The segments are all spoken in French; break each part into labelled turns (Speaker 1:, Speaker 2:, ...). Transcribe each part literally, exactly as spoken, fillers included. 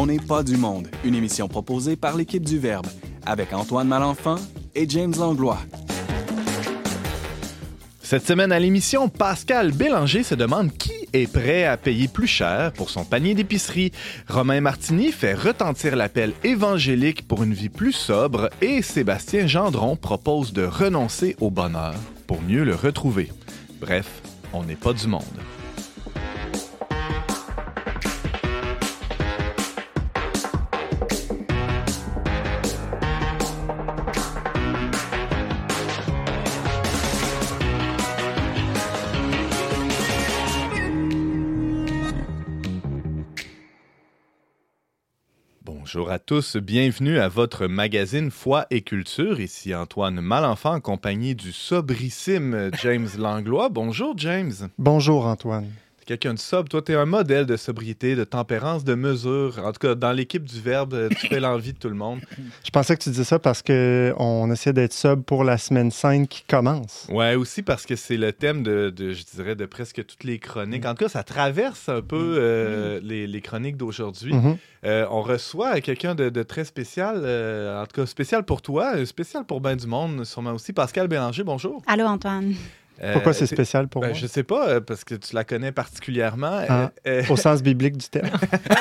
Speaker 1: On n'est pas du monde, une émission proposée par l'équipe du Verbe, avec Antoine Malenfant et James Langlois.
Speaker 2: Cette semaine à l'émission, Pascal Bélanger se demande qui est prêt à payer plus cher pour son panier d'épicerie. Romain Martini fait retentir l'appel évangélique pour une vie plus sobre et Sébastien Gendron propose de renoncer au bonheur pour mieux le retrouver. Bref, on n'est pas du monde. Bonjour à tous, bienvenue à votre magazine Foi et Culture. Ici Antoine Malenfant en compagnie du sobrissime James Langlois. Bonjour James.
Speaker 3: Bonjour Antoine.
Speaker 2: Quelqu'un de sobre, toi, tu es un modèle de sobriété, de tempérance, de mesure. En tout cas, dans l'équipe du Verbe, tu fais l'envie de tout le monde.
Speaker 3: Je pensais que tu disais ça parce qu'on essaie d'être sobre pour la semaine cinq qui commence.
Speaker 2: Ouais, aussi parce que c'est le thème de, de, je dirais, de presque toutes les chroniques. En tout cas, ça traverse un peu euh, les, les chroniques d'aujourd'hui. Mm-hmm. Euh, on reçoit quelqu'un de, de très spécial, euh, en tout cas spécial pour toi, spécial pour ben du monde, sûrement aussi. Pascal Bélanger, bonjour.
Speaker 4: Allô, Antoine.
Speaker 3: Pourquoi c'est spécial pour
Speaker 2: ben,
Speaker 3: moi?
Speaker 2: Je sais pas, parce que tu la connais particulièrement.
Speaker 3: Ah, euh, au sens biblique du terme.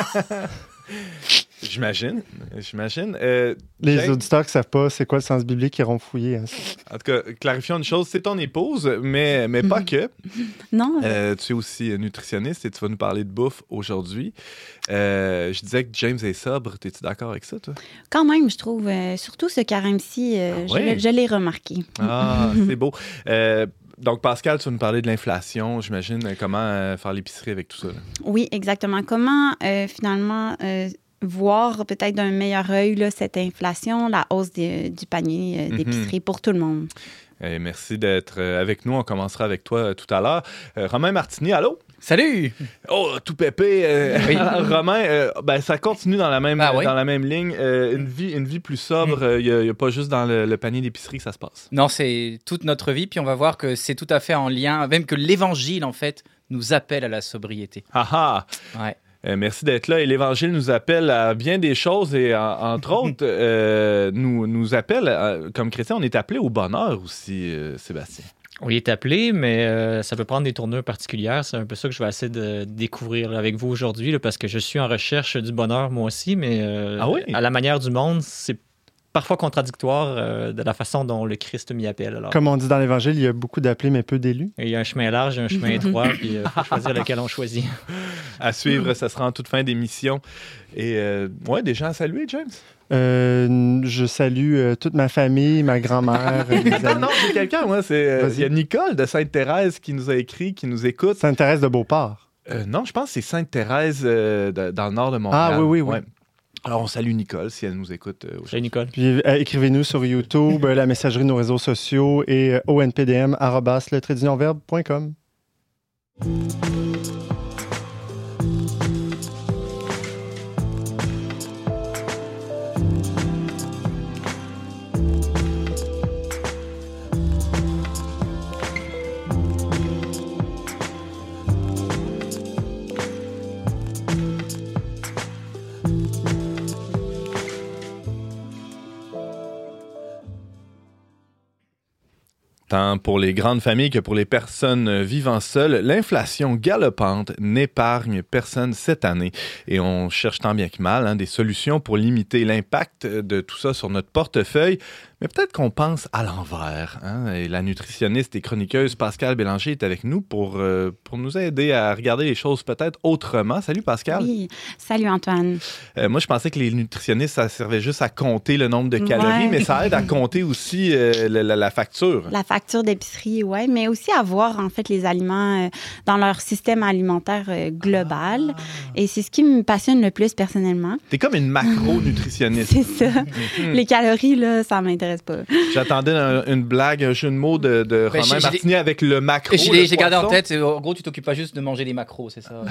Speaker 2: J'imagine, j'imagine. Euh,
Speaker 3: Les
Speaker 2: James...
Speaker 3: auditeurs qui ne savent pas c'est quoi le sens biblique, ils iront fouiller. Hein,
Speaker 2: en tout cas, clarifions une chose, c'est ton épouse, mais, mais pas que.
Speaker 4: Non.
Speaker 2: Euh, tu es aussi nutritionniste et tu vas nous parler de bouffe aujourd'hui. Euh, je disais que James est sobre. Es-tu d'accord avec ça, toi?
Speaker 4: Quand même, je trouve. Euh, surtout ce carême-ci, euh,
Speaker 2: ah, ouais?
Speaker 4: je, je l'ai remarqué.
Speaker 2: Ah, c'est beau. Euh, Donc, Pascal, tu vas nous parler de l'inflation, j'imagine, comment euh, faire l'épicerie avec tout ça. Là.
Speaker 4: Oui, exactement. Comment, euh, finalement, euh, voir peut-être d'un meilleur œil là, cette inflation, la hausse de, du panier euh, d'épicerie mm-hmm. pour tout le monde.
Speaker 2: Et merci d'être avec nous. On commencera avec toi euh, tout à l'heure. Euh, Romain Martini, allô?
Speaker 5: Salut!
Speaker 2: Oh, tout pépé. Euh, oui. Romain, euh, ben, ça continue dans la même,
Speaker 5: ah, oui?
Speaker 2: dans la même ligne. Euh, une, vie, une vie plus sobre, il n'y a, a pas juste dans le, le panier d'épicerie que ça se passe.
Speaker 5: Non, c'est toute notre vie. Puis on va voir que c'est tout à fait en lien, même que l'Évangile, en fait, nous appelle à la sobriété.
Speaker 2: Ah ah!
Speaker 5: Ouais.
Speaker 2: Euh, merci d'être là. Et l'Évangile nous appelle à bien des choses et, en, entre autres, euh, nous, nous appelle, à, comme chrétiens, on est appelé au bonheur aussi, euh, Sébastien.
Speaker 6: On y est appelé, mais euh, ça peut prendre des tournures particulières. C'est un peu ça que je vais essayer de découvrir avec vous aujourd'hui, là, parce que je suis en recherche du bonheur moi aussi, mais euh,
Speaker 2: ah oui?
Speaker 6: à la manière du monde, c'est parfois contradictoire euh, de la façon dont le Christ m'y appelle. Alors.
Speaker 3: Comme on dit dans l'Évangile, il y a beaucoup d'appelés, mais peu d'élus.
Speaker 6: Il y a un chemin large et un chemin étroit, puis il euh, faut choisir lequel on choisit.
Speaker 2: À suivre, ça sera en toute fin d'émission. Et euh, ouais, des gens à saluer, James?
Speaker 3: Euh, je salue euh, toute ma famille, ma grand-mère.
Speaker 2: Euh, non, non, c'est quelqu'un, moi. Il euh, y a Nicole de Sainte-Thérèse qui nous a écrit, qui nous écoute.
Speaker 3: Sainte-Thérèse de Beauport.
Speaker 2: Euh, non, je pense que c'est Sainte-Thérèse euh, de, dans le nord de Montréal.
Speaker 3: Ah oui, oui, oui.
Speaker 2: Ouais. Alors, on salue Nicole si elle nous écoute. Euh,
Speaker 6: Salut Nicole.
Speaker 3: Puis euh, écrivez-nous sur YouTube, euh, la messagerie, nos réseaux sociaux et euh, onpdm arobase le trait d'union verbe point com.
Speaker 2: Tant pour les grandes familles que pour les personnes vivant seules, l'inflation galopante n'épargne personne cette année. Et on cherche tant bien que mal hein, des solutions pour limiter l'impact de tout ça sur notre portefeuille. Mais peut-être qu'on pense à l'envers. Hein? Et la nutritionniste et chroniqueuse Pascal Bélanger est avec nous pour, euh, pour nous aider à regarder les choses peut-être autrement. Salut Pascal.
Speaker 4: Oui, salut Antoine.
Speaker 2: Euh, moi, je pensais que les nutritionnistes, ça servait juste à compter le nombre de calories, ouais. mais ça aide à compter aussi euh, la, la, la facture.
Speaker 4: La facture d'épicerie, oui, mais aussi à voir en fait les aliments euh, dans leur système alimentaire euh, global. Ah. Et c'est ce qui me passionne le plus personnellement.
Speaker 2: T'es comme une macro-nutritionniste.
Speaker 4: C'est ça. Les calories, là, ça m'intéresse m'intéresse pas.
Speaker 2: J'attendais un- une blague, un jeu de mots de, de
Speaker 5: Ben,
Speaker 2: Romain
Speaker 5: j'ai-
Speaker 2: Martinet avec le macro.
Speaker 5: Et je
Speaker 2: le
Speaker 5: l'ai j'ai gardé en
Speaker 2: poisson.
Speaker 5: tête. c'est- En gros, tu t'occupes pas juste de manger des macros, c'est ça?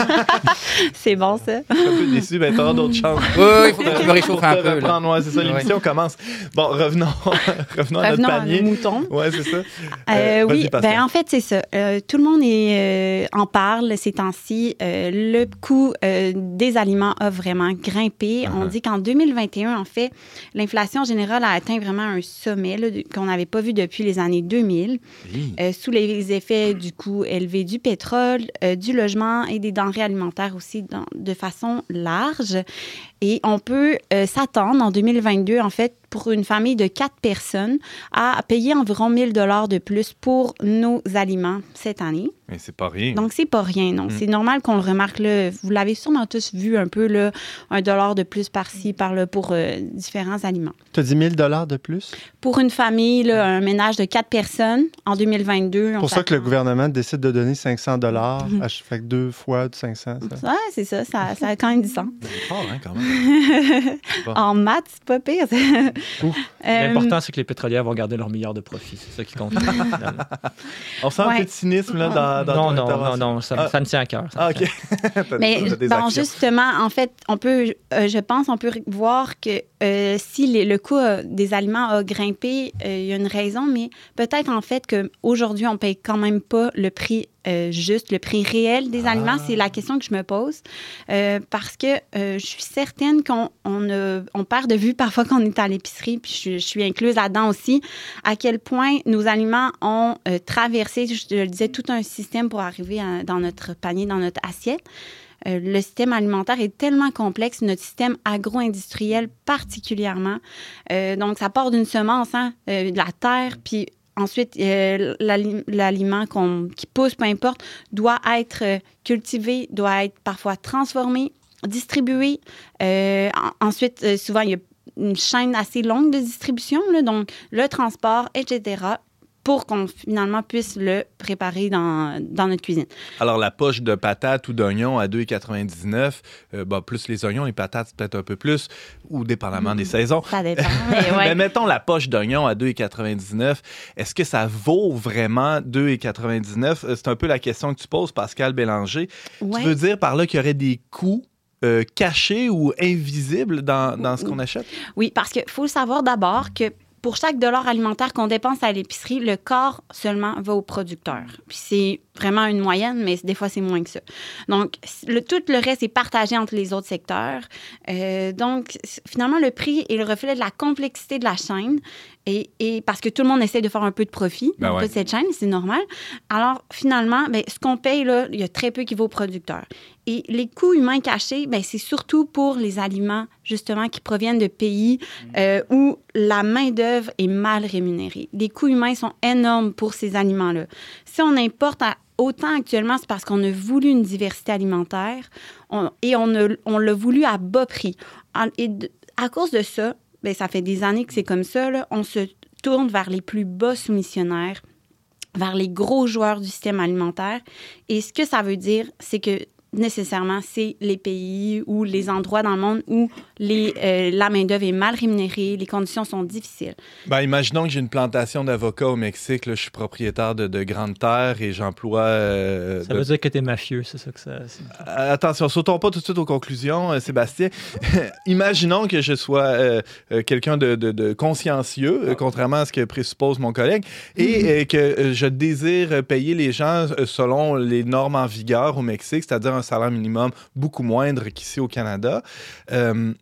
Speaker 4: C'est bon, ça.
Speaker 2: Je suis un peu déçu, ben t'auras d'autres chances.
Speaker 5: Oui, il faut que tu me réchauffer un peu. Là.
Speaker 2: Ouais, c'est ça, l'émission commence. Bon, revenons, revenons à notre
Speaker 4: Revenons à
Speaker 2: panier.
Speaker 4: nos moutons.
Speaker 2: Ouais, c'est ça.
Speaker 4: Euh,
Speaker 2: Euh, vas-y,
Speaker 4: oui,
Speaker 2: Pascal.
Speaker 4: ben en fait, c'est ça. Euh, tout le monde est, euh, en parle ces temps-ci. Euh, le coût euh, des aliments a vraiment grimpé. On
Speaker 2: Uh-huh.
Speaker 4: dit qu'en deux mille vingt et un, en fait, l'inflation générale a atteint vraiment un sommet là, de- qu'on n'avait pas vu depuis les années deux mille,
Speaker 2: Hi.
Speaker 4: euh, sous les effets du coût élevé du pétrole, euh, du logement et des denrées alimentaires aussi dans- de façon large. Et on peut euh, s'attendre en deux mille vingt-deux, en fait, pour une famille de quatre personnes, à payer environ mille dollars de plus pour nos aliments cette année.
Speaker 2: Mais c'est pas rien.
Speaker 4: Donc, c'est pas rien, non.
Speaker 2: Mm.
Speaker 4: C'est normal qu'on le remarque, là. Vous l'avez sûrement tous vu un peu, là, un dollar de plus par-ci, par-là, pour euh, différents aliments.
Speaker 3: Tu as dit mille dollars de plus?
Speaker 4: Pour une famille, là, un ménage de quatre personnes, en deux mille vingt-deux, on
Speaker 3: C'est pour ça que le
Speaker 4: s'attend-
Speaker 3: gouvernement décide de donner cinq cents dollars.
Speaker 4: Mhm.
Speaker 3: à chaque- Fait que deux fois de cinq cents. Ça.
Speaker 4: Ouais, c'est ça, ça, ça a quand même du sens.
Speaker 2: C'est fort, hein, quand même. Bon.
Speaker 4: En maths, c'est pas pire.
Speaker 3: Ouf.
Speaker 4: Euh,
Speaker 6: L'important, c'est que les pétrolières vont garder leur milliard de profit. C'est ça qui compte. finalement.
Speaker 2: On sent un
Speaker 4: Ouais.
Speaker 2: peu de cynisme là, dans, dans
Speaker 6: non,
Speaker 2: ton
Speaker 6: non, non,
Speaker 2: intervention.
Speaker 6: non, ça,
Speaker 2: Ah.
Speaker 6: ça me tient à cœur. ça me
Speaker 2: Ah,
Speaker 6: tient
Speaker 2: OK. T'as-
Speaker 4: Mais
Speaker 2: t'as des
Speaker 4: bon,
Speaker 2: actions.
Speaker 4: justement, en fait, on peut, euh, je pense, on peut voir que euh, si les- le coût euh, des aliments a grimpé, euh, il y a une raison, mais peut-être en fait qu'aujourd'hui, on ne paye quand même pas le prix euh, juste, le prix réel des
Speaker 2: Ah.
Speaker 4: aliments. C'est la question que je me pose. Euh, parce que euh, je suis certaine qu'on on, euh, on perd de vue parfois quand on est à l'épicerie, puis je, je suis incluse là-dedans aussi, à quel point nos aliments ont euh, traversé, je le disais, tout un système pour arriver à- dans notre panier, dans notre assiette. Euh, le système alimentaire est tellement complexe, notre système agro-industriel particulièrement. Euh, donc, ça part d'une semence, hein, euh, de la terre, puis ensuite, euh, l'ali- l'aliment qu'on- qui pousse, peu importe, doit être euh, cultivé, doit être parfois transformé, distribué. Euh, en- ensuite, euh, souvent, il y a une chaîne assez longue de distribution, là, donc le transport, et cetera, pour qu'on finalement puisse le préparer dans, dans notre cuisine.
Speaker 2: Alors, la poche de patates ou d'oignons à deux dollars quatre-vingt-dix-neuf, euh, bah, plus les oignons, les patates, c'est peut-être un peu plus, ou dépendamment des saisons.
Speaker 4: Ça dépend, mais ouais.
Speaker 2: Mais mettons la poche d'oignons à deux dollars quatre-vingt-dix-neuf. Est-ce que ça vaut vraiment deux dollars quatre-vingt-dix-neuf? Euh, C'est un peu la question que tu poses, Pascal Bélanger.
Speaker 4: Ouais.
Speaker 2: Tu veux dire par là qu'il y aurait des coûts euh, cachés ou invisibles dans, dans ce qu'on achète?
Speaker 4: Oui, parce qu'il faut savoir d'abord que pour chaque dollar alimentaire qu'on dépense à l'épicerie, le quart seulement va au producteur. Puis c'est vraiment une moyenne, mais des fois, c'est moins que ça. Donc, le, tout le reste est partagé entre les autres secteurs. Euh, donc, finalement, le prix est le reflet de la complexité de la chaîne. Et, et parce que tout le monde essaie de faire un peu de profit
Speaker 2: Ben
Speaker 4: dans
Speaker 2: ouais.
Speaker 4: toute cette chaîne, c'est normal. Alors, finalement, ben, ce qu'on paye, là, il y a très peu qui va au producteur. Et les coûts humains cachés, ben, c'est surtout pour les aliments, justement, qui proviennent de pays euh, où la main-d'œuvre est mal rémunérée. Les coûts humains sont énormes pour ces aliments-là. Si on importe à autant actuellement, c'est parce qu'on a voulu une diversité alimentaire on- et on, a- on l'a voulu à bas prix. En- et de- à cause de ça, ben, ça fait des années que c'est comme ça, là, on se tourne vers les plus bas soumissionnaires, vers les gros joueurs du système alimentaire. Et ce que ça veut dire, c'est que nécessairement, c'est les pays ou les endroits dans le monde où les, euh, la main-d'œuvre est mal rémunérée, les conditions sont difficiles.
Speaker 2: Ben, imaginons que j'ai une plantation d'avocats au Mexique. Là, je suis propriétaire de, de grandes terres et j'emploie... euh,
Speaker 6: Ça
Speaker 2: de-
Speaker 6: veut dire que t'es mafieux, c'est ça que ça... c'est-
Speaker 2: Euh, Attention, sautons pas tout de suite aux conclusions, euh, Sébastien. Imaginons que je sois euh, euh, quelqu'un de, de- de consciencieux, euh, contrairement à ce que présuppose mon collègue, et euh, que euh, je désire payer les gens euh, selon les normes en vigueur au Mexique, c'est-à-dire un salaire minimum beaucoup moindre qu'ici au Canada. Euh,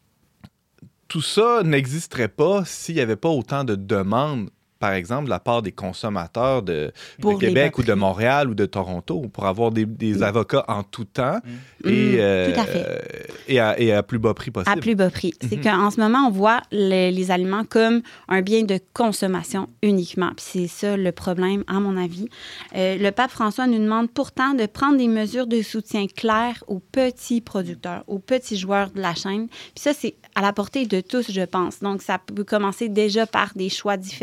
Speaker 2: tout ça n'existerait pas s'il n'y avait pas autant de demandes, par exemple, de la part des consommateurs de, de
Speaker 4: Pour les
Speaker 2: Québec ou de
Speaker 4: batteries.
Speaker 2: Montréal ou de Toronto pour avoir des, des
Speaker 4: Mm.
Speaker 2: avocats en tout temps
Speaker 4: Mm,
Speaker 2: et, euh,
Speaker 4: tout à fait.
Speaker 2: et, à, et à plus bas prix possible.
Speaker 4: À plus bas prix. C'est
Speaker 2: Mhm.
Speaker 4: qu'en ce moment, on voit les, les aliments comme un bien de consommation uniquement. Puis c'est ça le problème, à mon avis. Euh, le pape François nous demande pourtant de prendre des mesures de soutien claires aux petits producteurs, aux petits joueurs de la chaîne. Puis ça, c'est à la portée de tous, je pense. Donc, ça peut commencer déjà par des choix différents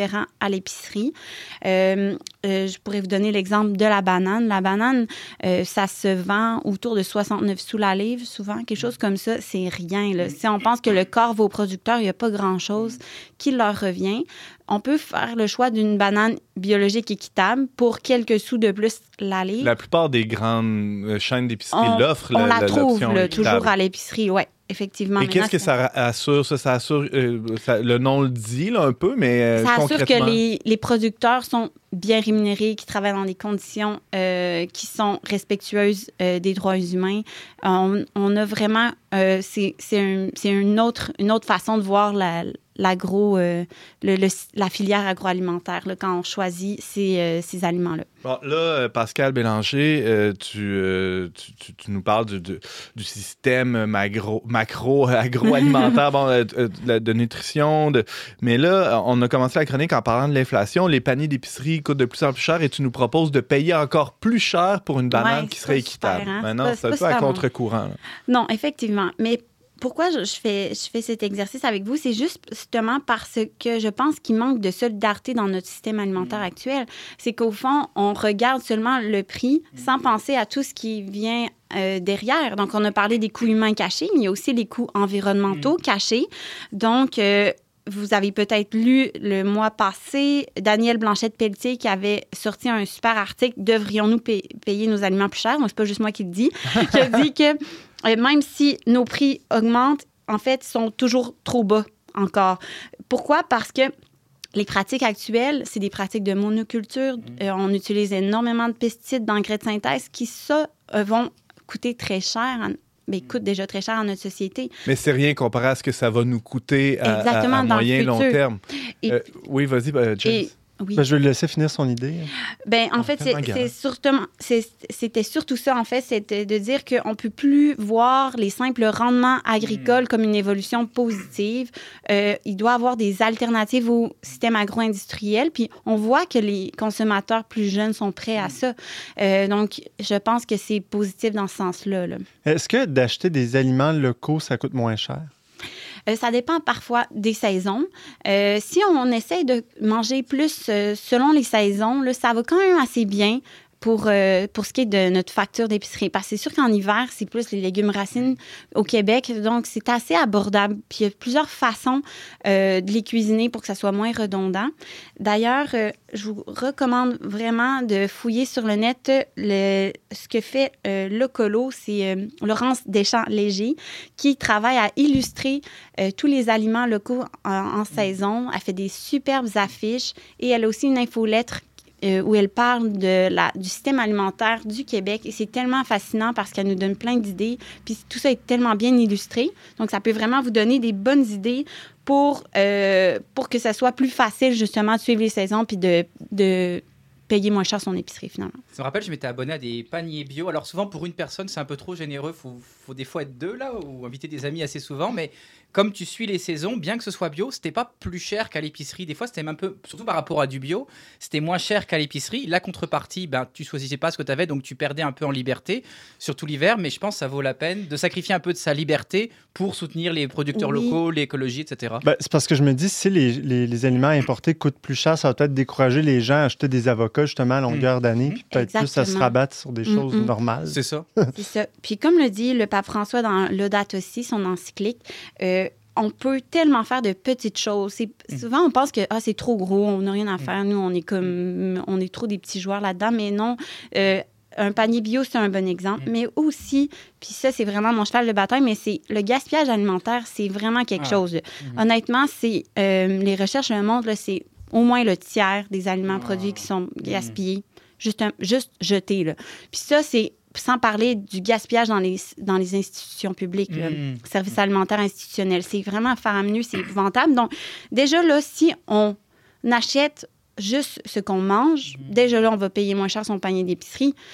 Speaker 4: à l'épicerie. Euh, euh, je pourrais vous donner l'exemple de la banane. La banane, euh, ça se vend autour de soixante-neuf sous la livre, souvent. Quelque chose comme ça, c'est rien. Là. Si on pense que le corps va aux producteurs, il n'y a pas grand-chose qui leur revient. On peut faire le choix d'une banane biologique équitable pour quelques sous de plus la livre.
Speaker 2: La plupart des grandes chaînes d'épicerie
Speaker 4: on,
Speaker 2: l'offrent.
Speaker 4: On
Speaker 2: la,
Speaker 4: la trouve là,
Speaker 2: équitable.
Speaker 4: toujours à l'épicerie, oui. Effectivement.
Speaker 2: Et qu'est-ce que ça assure? Ça, ça assure euh, ça, le nom le dit là, un peu, mais euh,
Speaker 4: ça
Speaker 2: concrètement...
Speaker 4: assure que les, les producteurs sont bien rémunérés, qui travaillent dans des conditions euh, qui sont respectueuses euh, des droits humains. On, on a vraiment... Euh, c'est c'est, un, c'est une, autre, une autre façon de voir la, l'agro, euh, le, le, la filière agroalimentaire là, quand on choisit ces, euh, ces aliments-là.
Speaker 2: Bon, là, Pascal Bélanger, euh, tu, euh, tu, tu, tu nous parles du, du, du système macro, macro agroalimentaire, bon, euh, de, de nutrition. De... Mais là, on a commencé la chronique en parlant de l'inflation. Les paniers d'épicerie coûtent de plus en plus cher et tu nous proposes de payer encore plus cher pour une banane
Speaker 4: ouais,
Speaker 2: qui serait équitable.
Speaker 4: Super, hein?
Speaker 2: Maintenant,
Speaker 4: c'est,
Speaker 2: c'est,
Speaker 4: c'est
Speaker 2: un peu à contre-courant. Là.
Speaker 4: Non, effectivement. Mais pourquoi je, je, fais, je fais cet exercice avec vous? C'est juste justement parce que je pense qu'il manque de solidarité dans notre système alimentaire mmh. actuel. C'est qu'au fond, on regarde seulement le prix mmh. sans penser à tout ce qui vient euh, derrière. Donc, on a parlé des coûts humains cachés, mais il y a aussi les coûts environnementaux mmh. cachés. Donc, euh, vous avez peut-être lu le mois passé Daniel Blanchette-Pelletier qui avait sorti un super article « Devrions-nous pay- payer nos aliments plus cher? » Donc, c'est pas juste moi qui le dis. Qui a dit que euh, même si nos prix augmentent, en fait, ils sont toujours trop bas encore. Pourquoi? Parce que les pratiques actuelles, c'est des pratiques de monoculture. Mmh. Euh, on utilise énormément de pesticides, d'engrais de synthèse qui, ça, euh, vont coûter très cher en mais coûte déjà très cher à notre société.
Speaker 2: Mais c'est rien comparé à ce que ça va nous coûter à, à, à moyen long terme. Et, euh, oui, vas-y, euh, James.
Speaker 4: Et, oui.
Speaker 3: Ben, je vais le laisser finir son idée.
Speaker 4: Ben, en ah, fait, c'est, c'est surtout, c'est, c'était surtout ça, en fait, c'était de dire qu'on ne peut plus voir les simples rendements agricoles mmh. comme une évolution positive. Euh, il doit y avoir des alternatives au système agro-industriel. Puis on voit que les consommateurs plus jeunes sont prêts à ça. Euh, donc, je pense que c'est positif dans ce sens-là. Là.
Speaker 3: Est-ce que d'acheter des aliments locaux, ça coûte moins cher?
Speaker 4: Euh, ça dépend parfois des saisons. Euh, si on essaie de manger plus euh, selon les saisons, là, ça va quand même assez bien pour, euh, pour ce qui est de notre facture d'épicerie. Parce que c'est sûr qu'en hiver, c'est plus les légumes racines au Québec. Donc, c'est assez abordable. Puis, il y a plusieurs façons euh, de les cuisiner pour que ça soit moins redondant. D'ailleurs, euh, je vous recommande vraiment de fouiller sur le net le, ce que fait euh, Locolo. C'est euh, Laurence Deschamps-Léger qui travaille à illustrer euh, tous les aliments locaux en, en saison. Elle fait des superbes affiches et elle a aussi une infolettre Euh, où elle parle de la, du système alimentaire du Québec. Et c'est tellement fascinant parce qu'elle nous donne plein d'idées. Puis tout ça est tellement bien illustré. Donc, ça peut vraiment vous donner des bonnes idées pour, euh, pour que ça soit plus facile, justement, de suivre les saisons puis de, de payer moins cher son épicerie, finalement.
Speaker 5: Ça me rappelle, je m'étais abonné à des paniers bio. Alors, souvent, pour une personne, c'est un peu trop généreux. Il faut, faut des fois être deux, là, ou inviter des amis assez souvent. Mais comme tu suis les saisons, bien que ce soit bio, c'était pas plus cher qu'à l'épicerie. Des fois, c'était même un peu, surtout par rapport à du bio, c'était moins cher qu'à l'épicerie. La contrepartie, ben, tu choisissais pas ce que tu avais, donc tu perdais un peu en liberté, surtout l'hiver. Mais je pense que ça vaut la peine de sacrifier un peu de sa liberté pour soutenir les producteurs oui. locaux, l'écologie, et cetera.
Speaker 3: Ben, c'est parce que je me dis, si les, les, les aliments importés coûtent plus cher, ça va peut-être décourager les gens à acheter des avocats justement à longueur mmh. d'année, puis peut-être Exactement. plus à se rabattre sur des choses mmh. normales.
Speaker 5: C'est ça.
Speaker 4: C'est ça. Puis comme le dit le pape François dans Laudato Si, son encyclique, euh, on peut tellement faire de petites choses. C'est, souvent, on pense que ah, c'est trop gros, on n'a rien à faire. Nous, on est comme, on est trop des petits joueurs là-dedans. Mais non, euh, un panier bio, c'est un bon exemple. Mais aussi, puis ça, c'est vraiment mon cheval de bataille, mais c'est le gaspillage alimentaire, c'est vraiment quelque ah. chose. Mm-hmm. Honnêtement, c'est, euh, les recherches le montrent, là, c'est au moins le tiers des aliments ah. produits qui sont gaspillés, mm-hmm. juste, un, juste jetés. Là. Puis ça, c'est sans parler du gaspillage dans les, dans les institutions publiques, mmh. le service alimentaire institutionnel. C'est vraiment faramineux, c'est épouvantable. Donc, déjà là, si on achète juste ce qu'on mange, mmh. déjà là, on va payer moins cher son panier d'épicerie.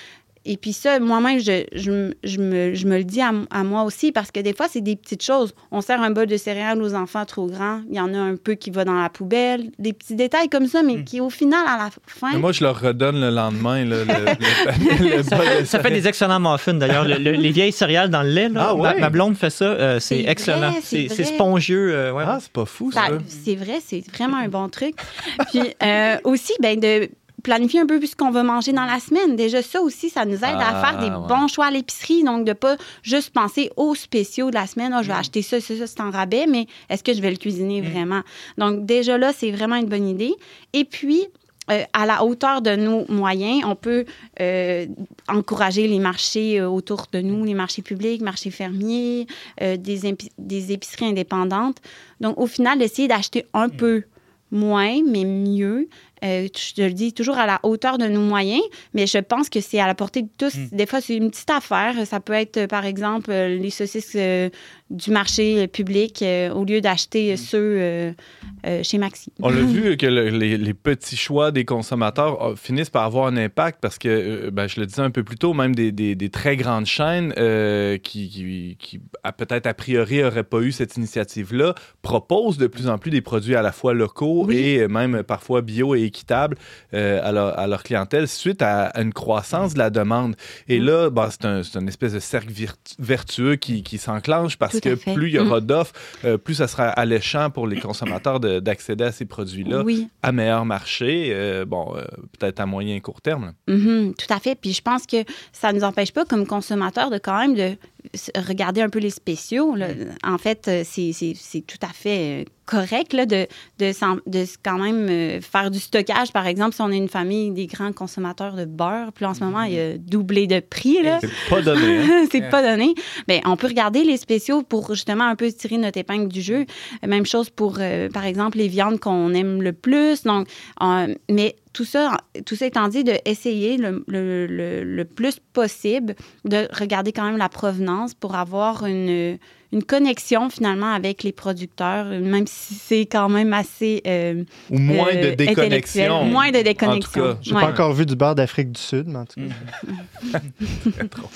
Speaker 4: et puis ça, moi-même, je, je, je, me, je me le dis à, à moi aussi, parce que des fois, c'est des petites choses. On sert un bol de céréales aux enfants trop grands. Il y en a un peu qui va dans la poubelle. Des petits détails comme ça, mais mm. qui, au final, à la fin...
Speaker 2: Mais moi, je leur redonne le lendemain, là, le, le, le, le
Speaker 6: ça,
Speaker 2: bol de
Speaker 6: ça fait des excellents muffins, d'ailleurs. Le, le, les vieilles céréales dans le lait, là,
Speaker 2: ah, ouais.
Speaker 6: ma, ma blonde fait ça. Euh, c'est, c'est excellent.
Speaker 4: Vrai, c'est,
Speaker 6: c'est, c'est spongieux. Euh, ouais.
Speaker 2: Ah, c'est pas fou, ça. ça.
Speaker 4: C'est vrai, c'est vraiment un bon truc. Puis euh, aussi, ben de... planifier un peu plus ce qu'on va manger dans la semaine. Déjà, ça aussi, ça nous aide ah, à faire des ouais. bons choix à l'épicerie. Donc, de ne pas juste penser aux spéciaux de la semaine. Oh, je vais mmh. acheter ça, ça, ça, c'est en rabais, mais est-ce que je vais le cuisiner mmh. vraiment? Donc, déjà là, c'est vraiment une bonne idée. Et puis, euh, à la hauteur de nos moyens, on peut euh, encourager les marchés euh, autour de nous, les marchés publics, marchés fermiers, euh, des, épi- des épiceries indépendantes. Donc, au final, essayer d'acheter un mmh. peu moins, mais mieux. Euh, je te le dis, toujours à la hauteur de nos moyens, mais je pense que c'est à la portée de tous. Mm. Des fois, c'est une petite affaire. Ça peut être, par exemple, les saucisses euh, du marché public euh, au lieu d'acheter mm. ceux euh, euh, chez Maxi.
Speaker 2: On l'a vu que le, les, les petits choix des consommateurs euh, finissent par avoir un impact parce que, euh, ben, je le disais un peu plus tôt, même des, des, des très grandes chaînes euh, qui, qui, qui a, peut-être a priori n'auraient pas eu cette initiative-là, proposent de plus en plus des produits à la fois locaux oui. et même parfois bio et équitable euh, à, leur, à leur clientèle suite à, à une croissance de la demande. Et mmh. là, ben, c'est, un, c'est une espèce de cercle virtu- vertueux qui, qui s'enclenche parce que plus il y aura mmh. d'offres, euh, plus ça sera alléchant pour les consommateurs de, d'accéder à ces produits-là
Speaker 4: oui.
Speaker 2: à meilleur marché, euh, bon, euh, peut-être à moyen et court terme.
Speaker 4: Mmh, tout à fait. Puis je pense que ça ne nous empêche pas, comme consommateurs, de quand même de regarder un peu les spéciaux. Là. En fait, c'est, c'est, c'est tout à fait correct là, de, de, de quand même faire du stockage. Par exemple, si on est une famille des grands consommateurs de beurre, puis en ce moment, il a doublé de prix. Là.
Speaker 2: C'est pas donné. Hein?
Speaker 4: c'est pas donné. Bien, on peut regarder les spéciaux pour justement un peu tirer notre épingle du jeu. Même chose pour, euh, par exemple, les viandes qu'on aime le plus. Donc, euh, mais tout ça, tout ça étant dit, d'essayer le, le, le, le plus possible de regarder quand même la provenance pour avoir une, une connexion finalement avec les producteurs, même si c'est quand même assez euh,
Speaker 2: ou moins
Speaker 4: euh,
Speaker 2: de déconnexion.
Speaker 4: Moins de déconnexion.
Speaker 3: En tout cas, j'ai
Speaker 4: ouais.
Speaker 3: pas encore vu du beurre d'Afrique du Sud, mais en tout cas.
Speaker 2: Très trop.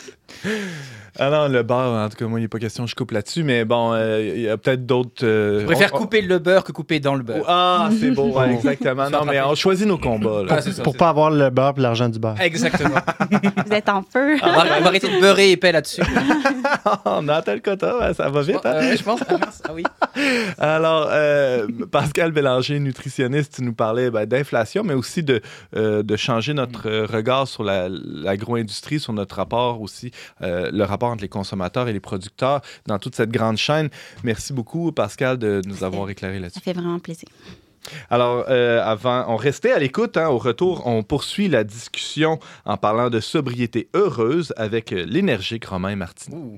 Speaker 2: Ah non, le beurre, en tout cas, moi, il n'est pas question, je coupe là-dessus, mais bon, il euh, y a peut-être d'autres... Euh,
Speaker 5: je préfère
Speaker 2: on,
Speaker 5: couper le beurre que couper dans le beurre.
Speaker 2: Ah, c'est beau, ouais, exactement. Non, mais on choisit nos combats. Là.
Speaker 3: Ah, c'est ça, pour c'est pas ça. Avoir le beurre et l'argent du beurre.
Speaker 5: Exactement.
Speaker 4: Vous êtes en feu.
Speaker 5: On va, on va arrêter de beurrer épais là-dessus.
Speaker 2: On a atteint le quota, ça va vite. Hein?
Speaker 5: Euh, je pense, ah oui.
Speaker 2: Alors, euh, Pascal Bélanger, nutritionniste, tu nous parlais ben, d'inflation, mais aussi de, euh, de changer notre euh, regard sur la, l'agro-industrie, sur notre rapport aussi, euh, le rapport entre les consommateurs et les producteurs dans toute cette grande chaîne. Merci beaucoup, Pascal, de nous avoir éclairé là-dessus.
Speaker 4: Ça fait vraiment plaisir.
Speaker 2: Alors, euh, avant, on restait à l'écoute. Hein, au retour, on poursuit la discussion en parlant de sobriété heureuse avec euh, l'énergique Romain Martineau.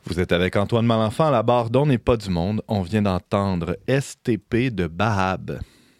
Speaker 2: Vous êtes avec Antoine Malenfant à la barre d'On n'est pas du monde. On vient d'entendre S T P de Bahab.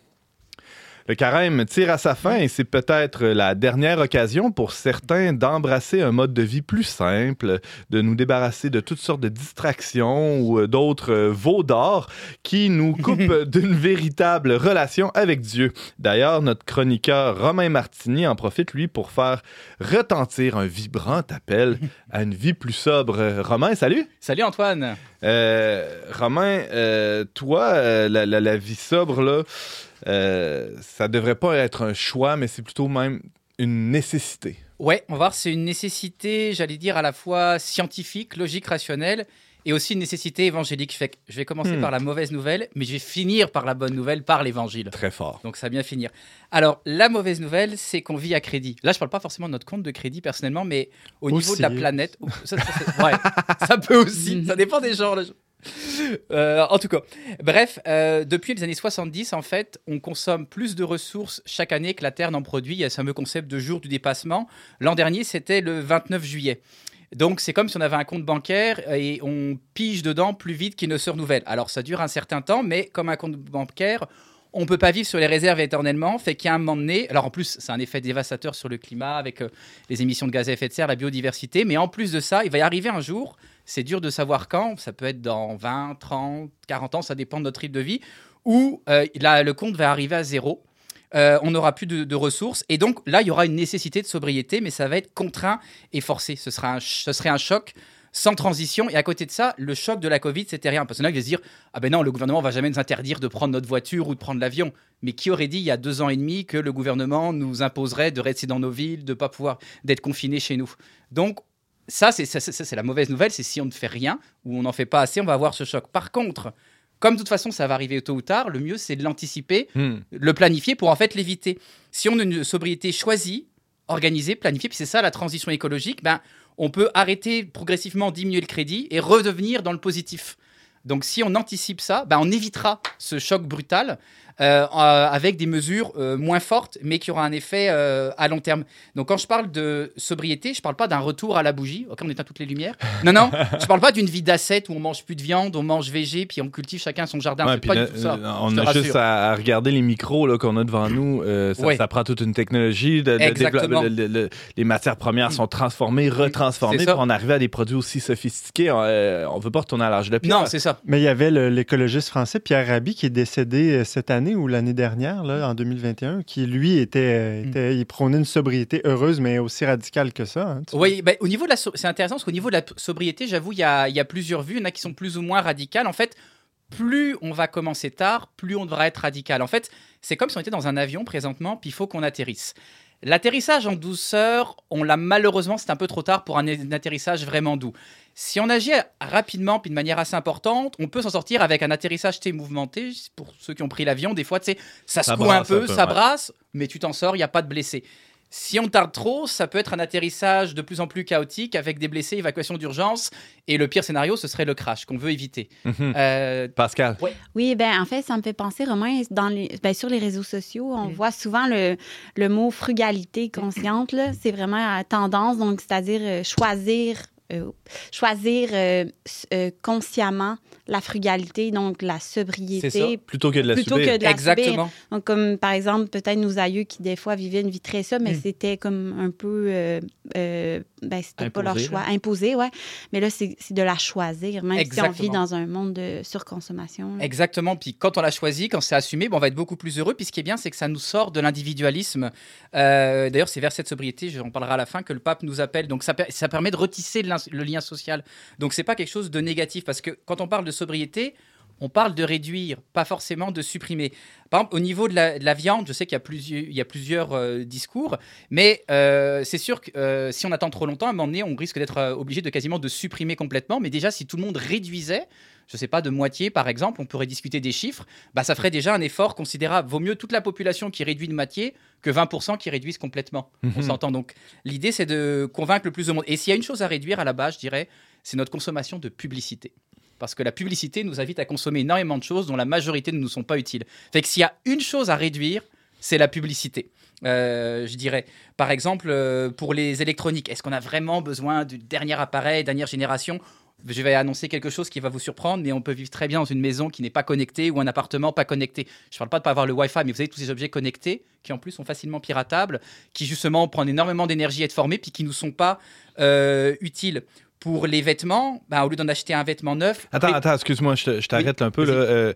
Speaker 2: Le carême tire à sa fin et c'est peut-être la dernière occasion pour certains d'embrasser un mode de vie plus simple, de nous débarrasser de toutes sortes de distractions ou d'autres veaux d'or qui nous coupent d'une véritable relation avec Dieu. D'ailleurs, notre chroniqueur Romain Martini en profite, lui, pour faire retentir un vibrant appel à une vie plus sobre. Romain, salut!
Speaker 5: Salut Antoine!
Speaker 2: Euh, Romain, euh, toi, euh, la, la, la vie sobre, là, Euh, ça devrait pas être un choix, mais c'est plutôt même une nécessité.
Speaker 5: Ouais, on va voir, c'est une nécessité, j'allais dire, à la fois scientifique, logique, rationnelle, et aussi une nécessité évangélique. Fait que je vais commencer hmm. par la mauvaise nouvelle, mais je vais finir par la bonne nouvelle, par l'évangile.
Speaker 2: Très fort.
Speaker 5: Donc ça va bien finir. Alors, la mauvaise nouvelle, c'est qu'on vit à crédit. Là, je parle pas forcément de notre compte de crédit personnellement, mais au aussi. niveau de la planète... Ça, ça, ouais, ça peut aussi, ça dépend des gens, là. Euh, en tout cas, bref, euh, depuis les années soixante-dix, en fait, on consomme plus de ressources chaque année que la Terre n'en produit. Il y a ce fameux concept de jour du dépassement. L'an dernier, c'était le vingt-neuf juillet. Donc, c'est comme si on avait un compte bancaire et on pige dedans plus vite qu'il ne se renouvelle. Alors, ça dure un certain temps, mais comme un compte bancaire, on ne peut pas vivre sur les réserves éternellement. Fait qu'il y a un moment donné... Alors, en plus, c'est un effet dévastateur sur le climat avec euh, les émissions de gaz à effet de serre, la biodiversité. Mais en plus de ça, il va y arriver un jour... C'est dur de savoir quand, ça peut être dans vingt, trente, quarante ans, ça dépend de notre rythme de vie, où euh, là, le compte va arriver à zéro, euh, on n'aura plus de, de ressources, et donc là, il y aura une nécessité de sobriété, mais ça va être contraint et forcé. Ce sera un, ce serait un choc sans transition, et à côté de ça, le choc de la Covid, c'était rien. Parce que là, il va se dire, ah ben non, le gouvernement ne va jamais nous interdire de prendre notre voiture ou de prendre l'avion. Mais qui aurait dit il y a deux ans et demi que le gouvernement nous imposerait de rester dans nos villes, de ne pas pouvoir, d'être confinés chez nous. Donc, Ça c'est, ça, ça, c'est la mauvaise nouvelle, c'est si on ne fait rien ou on n'en fait pas assez, on va avoir ce choc. Par contre, comme de toute façon, ça va arriver tôt ou tard, le mieux, c'est de l'anticiper, hmm. le planifier pour en fait l'éviter. Si on a une sobriété choisie, organisée, planifiée, puis c'est ça la transition écologique, ben, on peut arrêter progressivement, diminuer le crédit et redevenir dans le positif. Donc si on anticipe ça, ben, on évitera ce choc brutal euh, euh, avec des mesures euh, moins fortes, mais qui aura un effet euh, à long terme. Donc quand je parle de sobriété, je ne parle pas d'un retour à la bougie, ok, on éteint toutes les lumières. Non, non, je ne parle pas d'une vie d'ascète où on mange plus de viande, on mange végé, puis on cultive chacun son jardin.
Speaker 2: Ouais,
Speaker 5: c'est pas
Speaker 2: ne,
Speaker 5: du tout ça.
Speaker 2: On a juste à, à regarder les micros là, qu'on a devant nous. Euh, ça, ouais. ça prend toute une technologie. De, de
Speaker 5: Exactement.
Speaker 2: De, de, de, de, les matières premières sont transformées, retransformées pour en arriver à des produits aussi sophistiqués. On ne veut pas retourner à l'âge de pierre.
Speaker 5: Non, c'est ça.
Speaker 3: Mais il y avait le, l'écologiste français Pierre Rabhi qui est décédé cette année ou l'année dernière, là, en deux mille vingt et un, qui, lui, était, était, mm. il prônait une sobriété heureuse, mais aussi radicale que ça. Hein,
Speaker 5: oui, ben, au niveau de la so- c'est intéressant parce qu'au niveau de la sobriété, j'avoue, il y a, y a plusieurs vues. Il y en a qui sont plus ou moins radicales. En fait, plus on va commencer tard, plus on devra être radical. En fait, c'est comme si on était dans un avion présentement, puis il faut qu'on atterrisse. L'atterrissage en douceur, on l'a malheureusement, c'est un peu trop tard pour un, un atterrissage vraiment doux. Si on agit rapidement puis de manière assez importante, on peut s'en sortir avec un atterrissage mouvementé. Pour ceux qui ont pris l'avion, des fois, ça secoue un peu, un peu ça ouais. brasse, mais tu t'en sors, il n'y a pas de blessés. Si on tarde trop, ça peut être un atterrissage de plus en plus chaotique avec des blessés, évacuation d'urgence. Et le pire scénario, ce serait le crash qu'on veut éviter.
Speaker 2: Mm-hmm. Euh, Pascal.
Speaker 4: Ouais. Oui, ben en fait, ça me fait penser, Romain, dans les, ben, sur les réseaux sociaux, on mm. voit souvent le, le mot frugalité consciente. Là. C'est vraiment à tendance, donc c'est-à-dire euh, choisir, euh, choisir euh, euh, consciemment la frugalité, donc la sobriété.
Speaker 2: C'est ça. Plutôt que de la
Speaker 4: plutôt
Speaker 2: subir.
Speaker 4: Que de la
Speaker 5: Exactement.
Speaker 4: Subir. Donc, comme par exemple, peut-être nos aïeux qui, des fois, vivaient une vie très sobre, mais mm. c'était comme un peu. Euh, euh, ben, c'était imposé, pas leur choix. Là. Imposé, ouais. Mais là, c'est, c'est de la choisir, même Exactement. Si on vit dans un monde de surconsommation. Là.
Speaker 5: Exactement. Puis quand on l'a choisi, quand c'est assumé, bon, on va être beaucoup plus heureux. Puis ce qui est bien, c'est que ça nous sort de l'individualisme. Euh, d'ailleurs, c'est vers cette sobriété, j'en parlerai à la fin, que le pape nous appelle. Donc, ça, ça permet de retisser le lien social. Donc, c'est pas quelque chose de négatif. Parce que quand on parle de sobriété, on parle de réduire, pas forcément de supprimer. Par exemple, au niveau de la, de la viande, je sais qu'il y a plusieurs, il y a plusieurs euh, discours, mais euh, c'est sûr que euh, si on attend trop longtemps, à un moment donné, on risque d'être euh, obligé de quasiment de supprimer complètement. Mais déjà, si tout le monde réduisait, je ne sais pas, de moitié par exemple, on pourrait discuter des chiffres, bah, ça ferait déjà un effort considérable. Vaut mieux toute la population qui réduit de moitié que vingt pour cent qui réduisent complètement. Mm-hmm. On s'entend donc. L'idée, c'est de convaincre le plus de monde. Et s'il y a une chose à réduire à la base, je dirais, c'est notre consommation de publicité. Parce que la publicité nous invite à consommer énormément de choses dont la majorité ne nous sont pas utiles. Fait que s'il y a une chose à réduire, c'est la publicité. Euh, je dirais, par exemple, euh, pour les électroniques, est-ce qu'on a vraiment besoin du dernier appareil, dernière génération ? je vais annoncer quelque chose qui va vous surprendre, mais on peut vivre très bien dans une maison qui n'est pas connectée ou un appartement pas connecté. Je ne parle pas de pas avoir le Wi-Fi, mais vous avez tous ces objets connectés qui en plus sont facilement piratables, qui justement prennent énormément d'énergie à être formés, puis qui ne nous sont pas euh, utiles. Pour les vêtements, ben, au lieu d'en acheter un vêtement neuf...
Speaker 2: Attends,
Speaker 5: mais...
Speaker 2: attends, excuse-moi, je, te, je t'arrête
Speaker 5: oui,
Speaker 2: un peu. Là. Euh,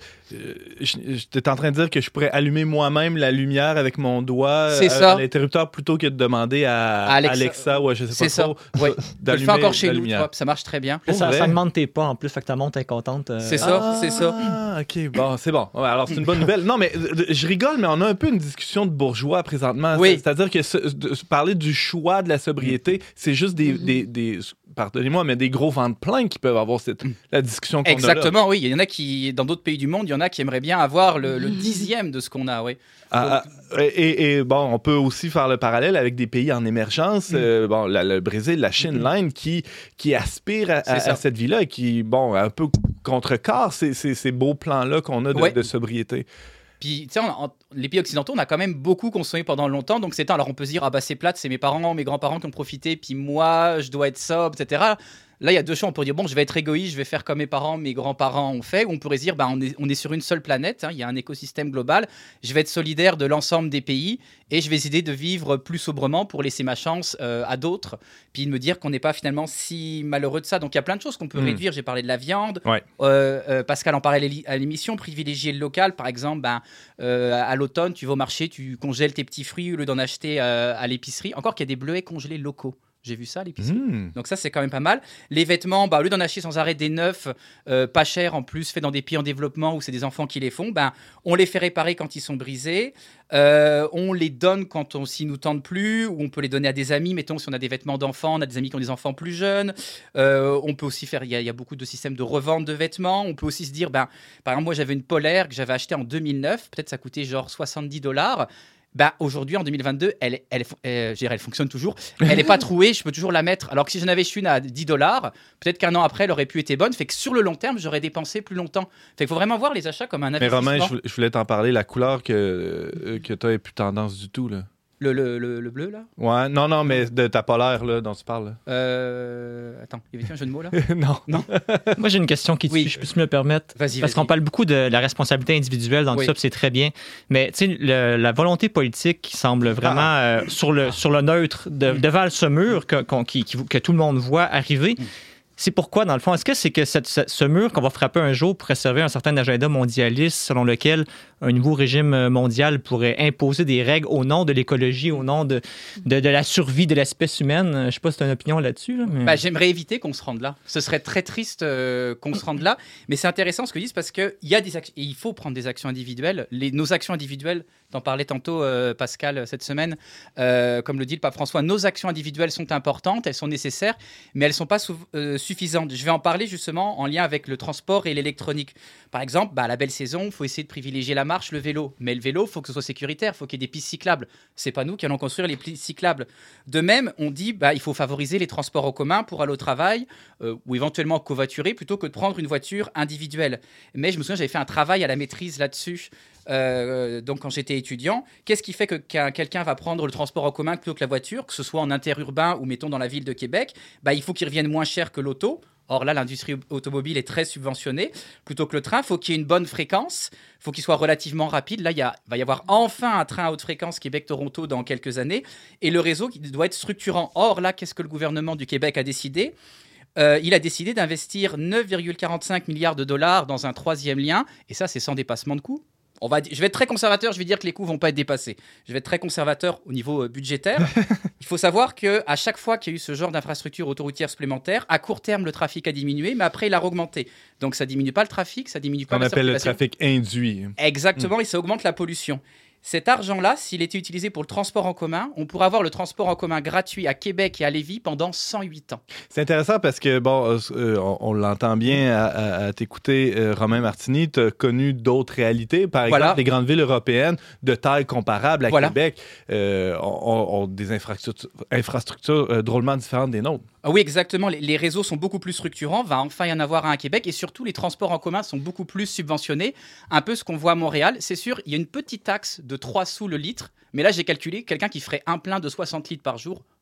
Speaker 2: je étais en train de dire que je pourrais allumer moi-même la lumière avec mon doigt
Speaker 5: c'est
Speaker 2: à,
Speaker 5: ça.
Speaker 2: à l'interrupteur plutôt que de demander à, à Alexa, Alexa ou à je sais pas
Speaker 5: c'est
Speaker 2: trop
Speaker 5: ça. Ouais. Je le fais encore chez nous,
Speaker 2: lumière.
Speaker 5: ça marche très bien.
Speaker 6: Ça, ça demande tes pas en plus, fait que ta montre est contente. Euh...
Speaker 5: C'est ça,
Speaker 2: ah,
Speaker 5: c'est ça.
Speaker 2: Ah, ok, bon, c'est bon. Ouais, alors, c'est une bonne nouvelle. Non, mais je rigole, mais on a un peu une discussion de bourgeois présentement.
Speaker 5: Oui.
Speaker 2: C'est-à-dire que ce, de, parler du choix de la sobriété, c'est juste des, mm-hmm. des, des, pardonnez-moi, mais des gros ventes plein qui peuvent avoir cette, la discussion qu'on
Speaker 5: Exactement,
Speaker 2: a là.
Speaker 5: Exactement, oui. Il y en a qui, dans d'autres pays du monde, il y en a qui aimeraient bien avoir le, le dixième de ce qu'on a, oui.
Speaker 2: Ah, ah, et, et bon, on peut aussi faire le parallèle avec des pays en émergence, mm. euh, bon, la, le Brésil, la Chine, mm. l'Inde, qui, qui aspirent à, à, à cette vie-là et qui, bon, un peu contrecarrent ces, ces, ces beaux plans-là qu'on a de, ouais. de sobriété.
Speaker 5: Puis, tu sais, les pays occidentaux, on a quand même beaucoup consommé pendant longtemps. Donc, c'est temps. Alors, on peut se dire, ah bah, c'est plate, c'est mes parents, mes grands-parents qui ont profité, puis moi, je dois être sobre, et cetera. Là, il y a deux choix. On peut dire, bon, je vais être égoïste, je vais faire comme mes parents, mes grands-parents ont fait. Ou on pourrait se dire, bah, on est, on est sur une seule planète, hein, il y a un écosystème global. Je vais être solidaire de l'ensemble des pays et je vais essayer de vivre plus sobrement pour laisser ma chance euh, à d'autres. Puis de me dire qu'on n'est pas finalement si malheureux de ça. Donc, il y a plein de choses qu'on peut mmh. réduire. J'ai parlé de la viande.
Speaker 2: Ouais.
Speaker 5: Euh, euh, Pascal en parlait à l'émission. Privilégier le local. Par exemple, ben, euh, à l'automne, tu vas au marché, tu congèles tes petits fruits au lieu d'en acheter euh, à l'épicerie. Encore qu'il y a des bleuets congelés locaux. J'ai vu ça à l'épicerie. Mmh. Donc ça, c'est quand même pas mal. Les vêtements, bah, au lieu d'en acheter sans arrêt des neufs, euh, pas chers en plus, faits dans des pays en développement où c'est des enfants qui les font, bah, on les fait réparer quand ils sont brisés. Euh, on les donne quand on s'y nous tente plus, ou on peut les donner à des amis. Mettons, si on a des vêtements d'enfants, on a des amis qui ont des enfants plus jeunes. Euh, on peut aussi faire, il y, y a beaucoup de systèmes de revente de vêtements. On peut aussi se dire, bah, par exemple, moi, j'avais une polaire que j'avais achetée en deux mille neuf. Peut-être ça coûtait genre soixante-dix dollars. Bah, aujourd'hui, en deux mille vingt-deux, elle, elle, elle, elle, elle fonctionne toujours. Elle n'est pas trouée, je peux toujours la mettre. Alors que si j'en avais une à dix dollars, peut-être qu'un an après, elle aurait pu être bonne. Fait que sur le long terme, j'aurais dépensé plus longtemps. Fait qu'il faut vraiment voir les achats comme un investissement.
Speaker 2: Mais Romain, je voulais t'en parler. La couleur que, que tu as n'est plus tendance du tout, là.
Speaker 5: Le, le, le, le bleu, là?
Speaker 2: Ouais, non, non, mais de ta polaire, là, dont tu parles. Là.
Speaker 5: Euh... Attends, y avait-il un jeu de mots, là?
Speaker 2: non.
Speaker 5: non.
Speaker 6: Moi, j'ai une question qui
Speaker 5: oui.
Speaker 6: tue, je peux me permettre.
Speaker 5: Vas-y,
Speaker 6: Parce
Speaker 5: vas-y.
Speaker 6: qu'on parle beaucoup de la responsabilité individuelle dans oui. tout ça, puis c'est très bien. Mais, tu sais, la volonté politique qui semble vraiment ah. euh, sur, le, sur le neutre, de, mm. devant ce mur que, qu'on, qui, qui, que tout le monde voit arriver. Mm. C'est pourquoi, dans le fond, est-ce que c'est que cette, ce, ce mur qu'on va frapper un jour pourrait servir un certain agenda mondialiste selon lequel un nouveau régime mondial pourrait imposer des règles au nom de l'écologie, au nom de, de, de la survie de l'espèce humaine? Je ne sais pas si tu as une opinion là-dessus. Là, mais...
Speaker 5: bah, j'aimerais éviter qu'on se rende là. Ce serait très triste euh, qu'on se rende là. Mais c'est intéressant ce que disent parce qu'il y a des actions, et il faut prendre des actions individuelles. Les, nos actions individuelles, t'en parlais tantôt, euh, Pascal, cette semaine, euh, comme le dit le pape François, nos actions individuelles sont importantes, elles sont nécessaires, mais elles ne sont pas sou- euh, suffisantes. Je vais en parler justement en lien avec le transport et l'électronique. Par exemple, bah, à la belle saison, il faut essayer de privilégier la marche, le vélo. Mais le vélo, il faut que ce soit sécuritaire, il faut qu'il y ait des pistes cyclables. Ce n'est pas nous qui allons construire les pistes cyclables. De même, on dit bah, il faut favoriser les transports en commun pour aller au travail euh, ou éventuellement covoiturer plutôt que de prendre une voiture individuelle. Mais je me souviens, j'avais fait un travail à la maîtrise là-dessus. Euh, donc quand j'étais étudiant, qu'est-ce qui fait que qu'un, quelqu'un va prendre le transport en commun plutôt que la voiture, que ce soit en interurbain ou mettons dans la ville de Québec, bah, il faut qu'il revienne moins cher que l'auto. Or là, l'industrie automobile est très subventionnée. Plutôt que le train, il faut qu'il y ait une bonne fréquence, il faut qu'il soit relativement rapide. Là, il y a, va y avoir enfin un train à haute fréquence Québec-Toronto dans quelques années. Et le réseau qui doit être structurant. Or là, qu'est-ce que le gouvernement du Québec a décidé ? Euh, il a décidé d'investir neuf virgule quarante-cinq milliards de dollars dans un troisième lien. Et ça, c'est sans dépassement de coûts. On va, je vais être très conservateur, je vais dire que les coûts ne vont pas être dépassés. Je vais être très conservateur au niveau euh, budgétaire. Il faut savoir qu'à chaque fois qu'il y a eu ce genre d'infrastructure autoroutière supplémentaire, à court terme, le trafic a diminué, mais après, il a augmenté. Donc, ça ne diminue pas le trafic, ça ne diminue pas
Speaker 2: On
Speaker 5: la
Speaker 2: appelle le
Speaker 5: circulation.
Speaker 2: trafic induit.
Speaker 5: Exactement, mmh. et ça augmente la pollution. Cet argent-là, s'il était utilisé pour le transport en commun, on pourrait avoir le transport en commun gratuit à Québec et à Lévis pendant cent huit ans.
Speaker 2: C'est intéressant parce que, bon, euh, on, on l'entend bien à, à, à t'écouter, euh, Romain Martini, tu as connu d'autres réalités. Par exemple, voilà. les grandes villes européennes de taille comparable à voilà. Québec euh, ont, ont des infrastructures, infrastructures euh, drôlement différentes des nôtres.
Speaker 5: Ah oui, exactement. Les, les réseaux sont beaucoup plus structurants. Va enfin y en avoir un à Québec. Et surtout, les transports en commun sont beaucoup plus subventionnés. Un peu ce qu'on voit à Montréal. C'est sûr, il y a une petite taxe de trois sous le litre. Mais là, j'ai calculé, quelqu'un qui ferait un plein de soixante litres par jour,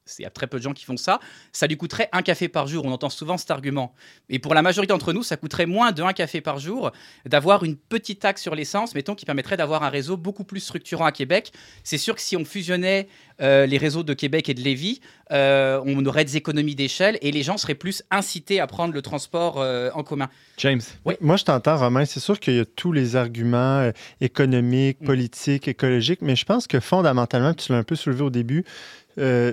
Speaker 5: il y a très peu de gens qui font ça, ça lui coûterait un café par jour. On entend souvent cet argument. Et pour la majorité d'entre nous, ça coûterait moins de un café par jour d'avoir une petite taxe sur l'essence, mettons, qui permettrait d'avoir un réseau beaucoup plus structurant à Québec. C'est sûr que si on fusionnait euh, les réseaux de Québec et de Lévis, euh, on aurait des économies d'échelle et les gens seraient plus incités à prendre le transport euh, en commun.
Speaker 2: James.
Speaker 3: Oui. Moi, je t'entends, Romain. C'est sûr qu'il y a tous les arguments euh, économiques, politiques, écologiques, mais je pense que fondamentalement, tu l'as un peu soulevé au début, Euh,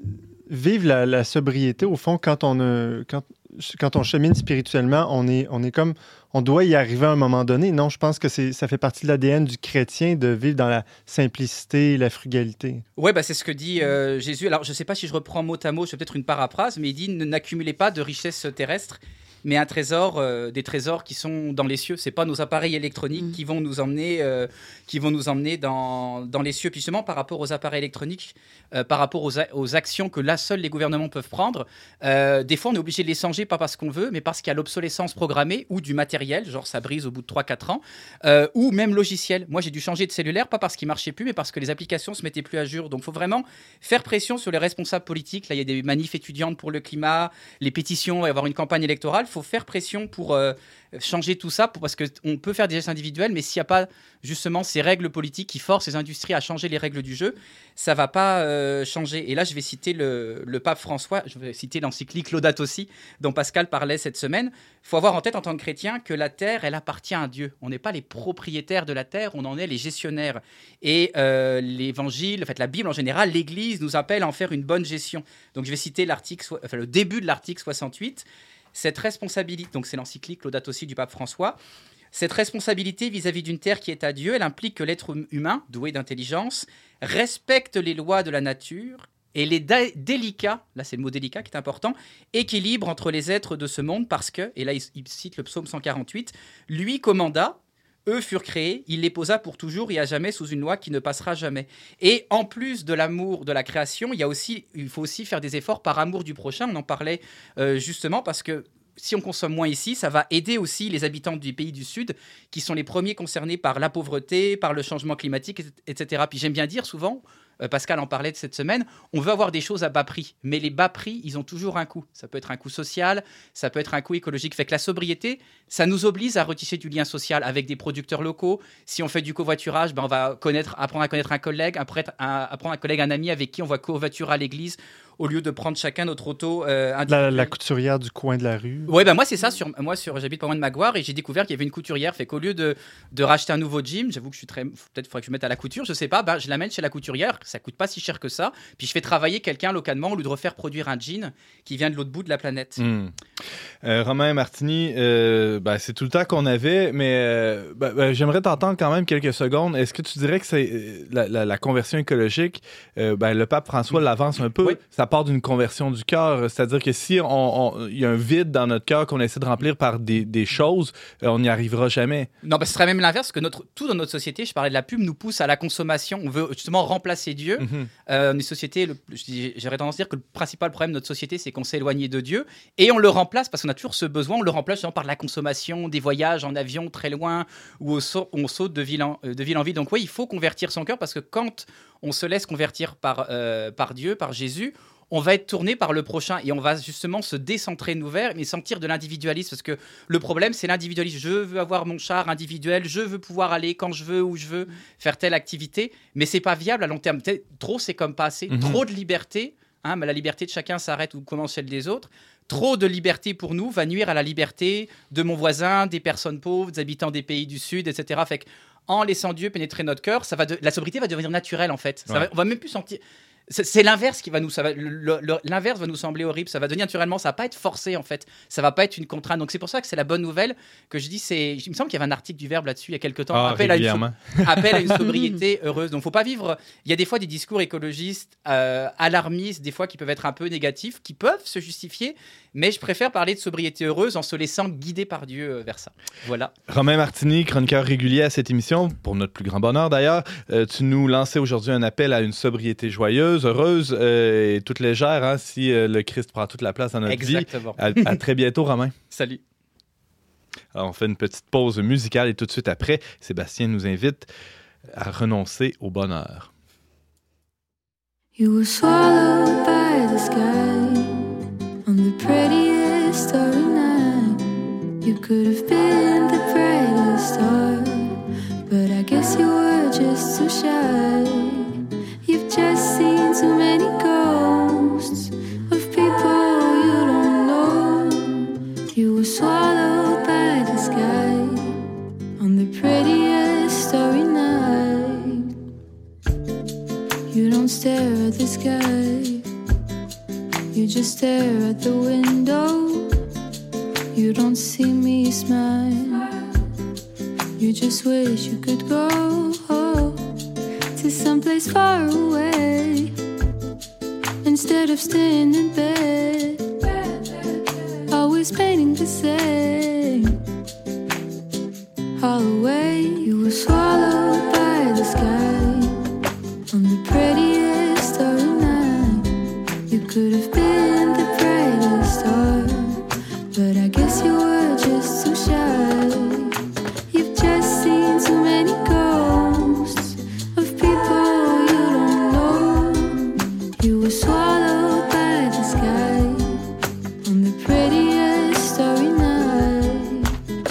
Speaker 3: vivre la, la sobriété, au fond, quand on, a, quand, quand on chemine spirituellement, on est, on est comme, on doit y arriver à un moment donné. Non, je pense que c'est, ça fait partie de l'A D N du chrétien de vivre dans la simplicité et la frugalité.
Speaker 5: Oui, bah, c'est ce que dit euh, Jésus. Alors, je ne sais pas si je reprends mot à mot, c'est peut-être une paraphrase, mais il dit « N'accumulez pas de richesses terrestres ». Mais un trésor, euh, des trésors qui sont dans les cieux. C'est pas nos appareils électroniques mmh. qui vont nous emmener, euh, qui vont nous emmener dans, dans les cieux. Puis justement, par rapport aux appareils électroniques, euh, par rapport aux, a- aux actions que là, seuls les gouvernements peuvent prendre, euh, des fois, on est obligé de les changer, pas parce qu'on veut, mais parce qu'il y a l'obsolescence programmée ou du matériel, genre ça brise au bout de trois quatre ans, euh, ou même logiciel. Moi, j'ai dû changer de cellulaire, pas parce qu'il marchait plus, mais parce que les applications se mettaient plus à jour. Donc, il faut vraiment faire pression sur les responsables politiques. Là, il y a des manifs étudiantes pour le climat, les pétitions, il va y avoir une campagne électorale. Il faut faire pression pour euh, changer tout ça, pour, parce qu'on peut faire des gestes individuels, mais s'il n'y a pas justement ces règles politiques qui forcent les industries à changer les règles du jeu, ça ne va pas euh, changer. Et là, je vais citer le, le pape François, je vais citer l'encyclique Laudato Si, dont Pascal parlait cette semaine. Il faut avoir en tête en tant que chrétien que la terre, elle appartient à Dieu. On n'est pas les propriétaires de la terre, on en est les gestionnaires. Et euh, l'évangile, en fait, la Bible en général, l'Église nous appelle à en faire une bonne gestion. Donc, je vais citer l'article, enfin, le début de l'article soixante-huit. Cette responsabilité, donc c'est l'encyclique Laudato Si du pape François, cette responsabilité vis-à-vis d'une terre qui est à Dieu, elle implique que l'être humain, doué d'intelligence, respecte les lois de la nature et les dé- délicats, là c'est le mot délicat qui est important, équilibre entre les êtres de ce monde parce que, et là il, il cite le psaume cent quarante-huit, lui commanda, eux furent créés, il les posa pour toujours et à jamais sous une loi qui ne passera jamais. Et en plus de l'amour de la création, il, y a aussi, il faut aussi faire des efforts par amour du prochain. On en parlait euh, justement parce que si on consomme moins ici, ça va aider aussi les habitants du pays du Sud qui sont les premiers concernés par la pauvreté, par le changement climatique, et cetera. Puis j'aime bien dire souvent, euh, Pascal en parlait de cette semaine, on veut avoir des choses à bas prix. Mais les bas prix, ils ont toujours un coût. Ça peut être un coût social, ça peut être un coût écologique. Fait que la sobriété, ça nous oblige à retisser du lien social avec des producteurs locaux. Si on fait du covoiturage, ben on va connaître, apprendre à connaître un collègue, apprendre à, apprendre à connaître un ami avec qui on va covoiturer à l'église, au lieu de prendre chacun notre auto euh, individuelle.
Speaker 3: La, la couturière du coin de la rue.
Speaker 5: Oui, ben moi, c'est ça. Sur, moi, sur, j'habite pas loin de Maguire et j'ai découvert qu'il y avait une couturière. Fait qu'au lieu de, de racheter un nouveau jean, j'avoue que je suis très. Peut-être faudrait que je me mette à la couture, je sais pas. Ben, je l'amène chez la couturière. Ça coûte pas si cher que ça. Puis je fais travailler quelqu'un localement au lieu de refaire produire un jean qui vient de l'autre bout de la planète.
Speaker 2: Mmh. Euh, Romain Martini, euh, ben, c'est tout le temps qu'on avait, mais euh, ben, ben, j'aimerais t'entendre quand même quelques secondes. Est-ce que tu dirais que c'est euh, la, la, la conversion écologique, euh, ben, le pape François mmh. l'avance un peu, oui. Ça part d'une conversion du cœur, c'est-à-dire que si on, on, y a un vide dans notre cœur qu'on essaie de remplir par des, des choses, euh, on n'y arrivera jamais.
Speaker 5: Non, ben, ce serait même l'inverse, que notre, tout dans notre société, je parlais de la pub, nous pousse à la consommation. On veut justement remplacer Dieu. Mmh. Euh, une société, le, j'aurais tendance à dire que le principal problème de notre société, c'est qu'on s'est éloigné de Dieu et on le remplace parce qu'on a toujours ce besoin, on le remplace justement par la consommation, des voyages en avion très loin ou on saute de ville en, de ville en ville. Donc oui, il faut convertir son cœur parce que quand on se laisse convertir par, euh, par Dieu, par Jésus, on va être tourné par le prochain et on va justement se décentrer de nous vers mais sortir de l'individualisme parce que le problème c'est l'individualisme. Je veux avoir mon char individuel, je veux pouvoir aller quand je veux, où je veux, faire telle activité, mais c'est pas viable à long terme. Trop c'est comme pas assez, mm-hmm. Trop de liberté, hein, mais la liberté de chacun s'arrête où commence celle des autres. Trop de liberté pour nous va nuire à la liberté de mon voisin, des personnes pauvres, des habitants des pays du Sud, et cetera. Fait qu'en laissant Dieu pénétrer notre cœur, ça va de... la sobriété va devenir naturelle en fait. Ça ouais. va... On va même plus sentir... C'est, c'est l'inverse qui va nous, ça va, le, le, l'inverse va nous sembler horrible. Ça va devenir naturellement, ça va pas être forcé en fait. Ça va pas être une contrainte. Donc c'est pour ça que c'est la bonne nouvelle que je dis. C'est, il me semble qu'il y avait un article du Verbe là-dessus il y a quelques temps.
Speaker 2: Ah,
Speaker 5: appel, à une, so- appel à une sobriété heureuse. Donc faut pas vivre. Il y a des fois des discours écologistes euh, alarmistes, des fois qui peuvent être un peu négatifs, qui peuvent se justifier. Mais je préfère parler de sobriété heureuse en se laissant guider par Dieu euh, vers ça. Voilà.
Speaker 2: Romain Martini, chroniqueur régulier à cette émission, pour notre plus grand bonheur d'ailleurs, euh, tu nous lançais aujourd'hui un appel à une sobriété joyeuse, heureuse euh, et toute légère, hein, si euh, le Christ prend toute la place dans notre
Speaker 5: Exactement.
Speaker 2: vie. À, à très bientôt, Romain.
Speaker 5: Salut.
Speaker 2: Alors, on fait une petite pause musicale et tout de suite après, Sébastien nous invite à renoncer au bonheur.
Speaker 7: You were swallowed by the sky on the prettiest starry night. You could have been the brightest star, but I guess you were just too shy. You've just seen too many ghosts of people you don't know. You were swallowed by the sky on the prettiest starry night. You don't stare at the sky, you just stare at the window. You don't see me smile, you just wish you could go to someplace far away instead of staying in bed, always painting the same hallway. You were swallowed by the sky on the prettiest starry night. You could have been the brightest star, but I guess you were just too shy. You've just seen too many ghosts of people you don't know. You were swallowed by the sky on the prettiest starry night.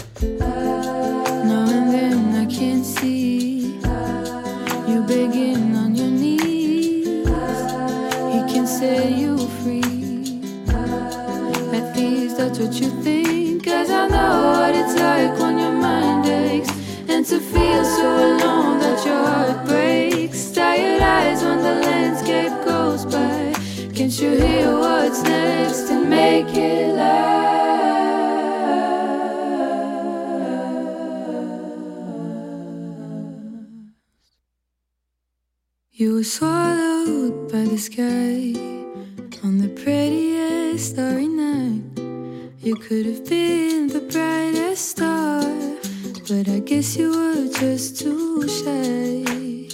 Speaker 7: Now and then I can't see you begging on your knees. He can set you free. At least that's what you think, 'cause I know what it's like when your mind aches, and to feel so alone that your heart breaks. Tired eyes when the landscape goes by. Can't you hear what's next and make it last? You were swallowed by the sky on the prettiest starry night. You could have been the brightest star, but I guess you were just too shy.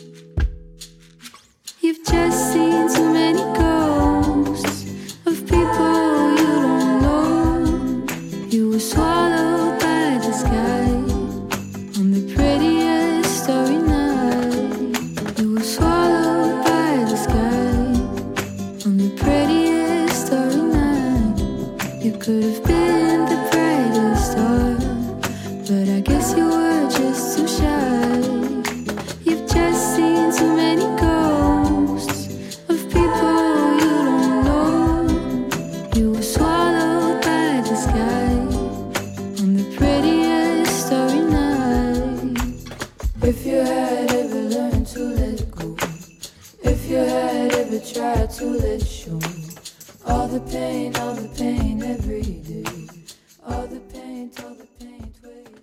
Speaker 7: You've just seen too many ghosts of people you don't know. You were swallowed by the sky on the prettiest starry night. You were swallowed by the sky on the prettiest starry night. You could have been the brightest star, but I guess you were just too shy. You've just seen too many ghosts of people you don't know. You were swallowed by the sky on the prettiest starry night. If you had ever learned to let go, if you had ever tried to let show, all the pain, all the pain every day, all the pain, all the pain wasted.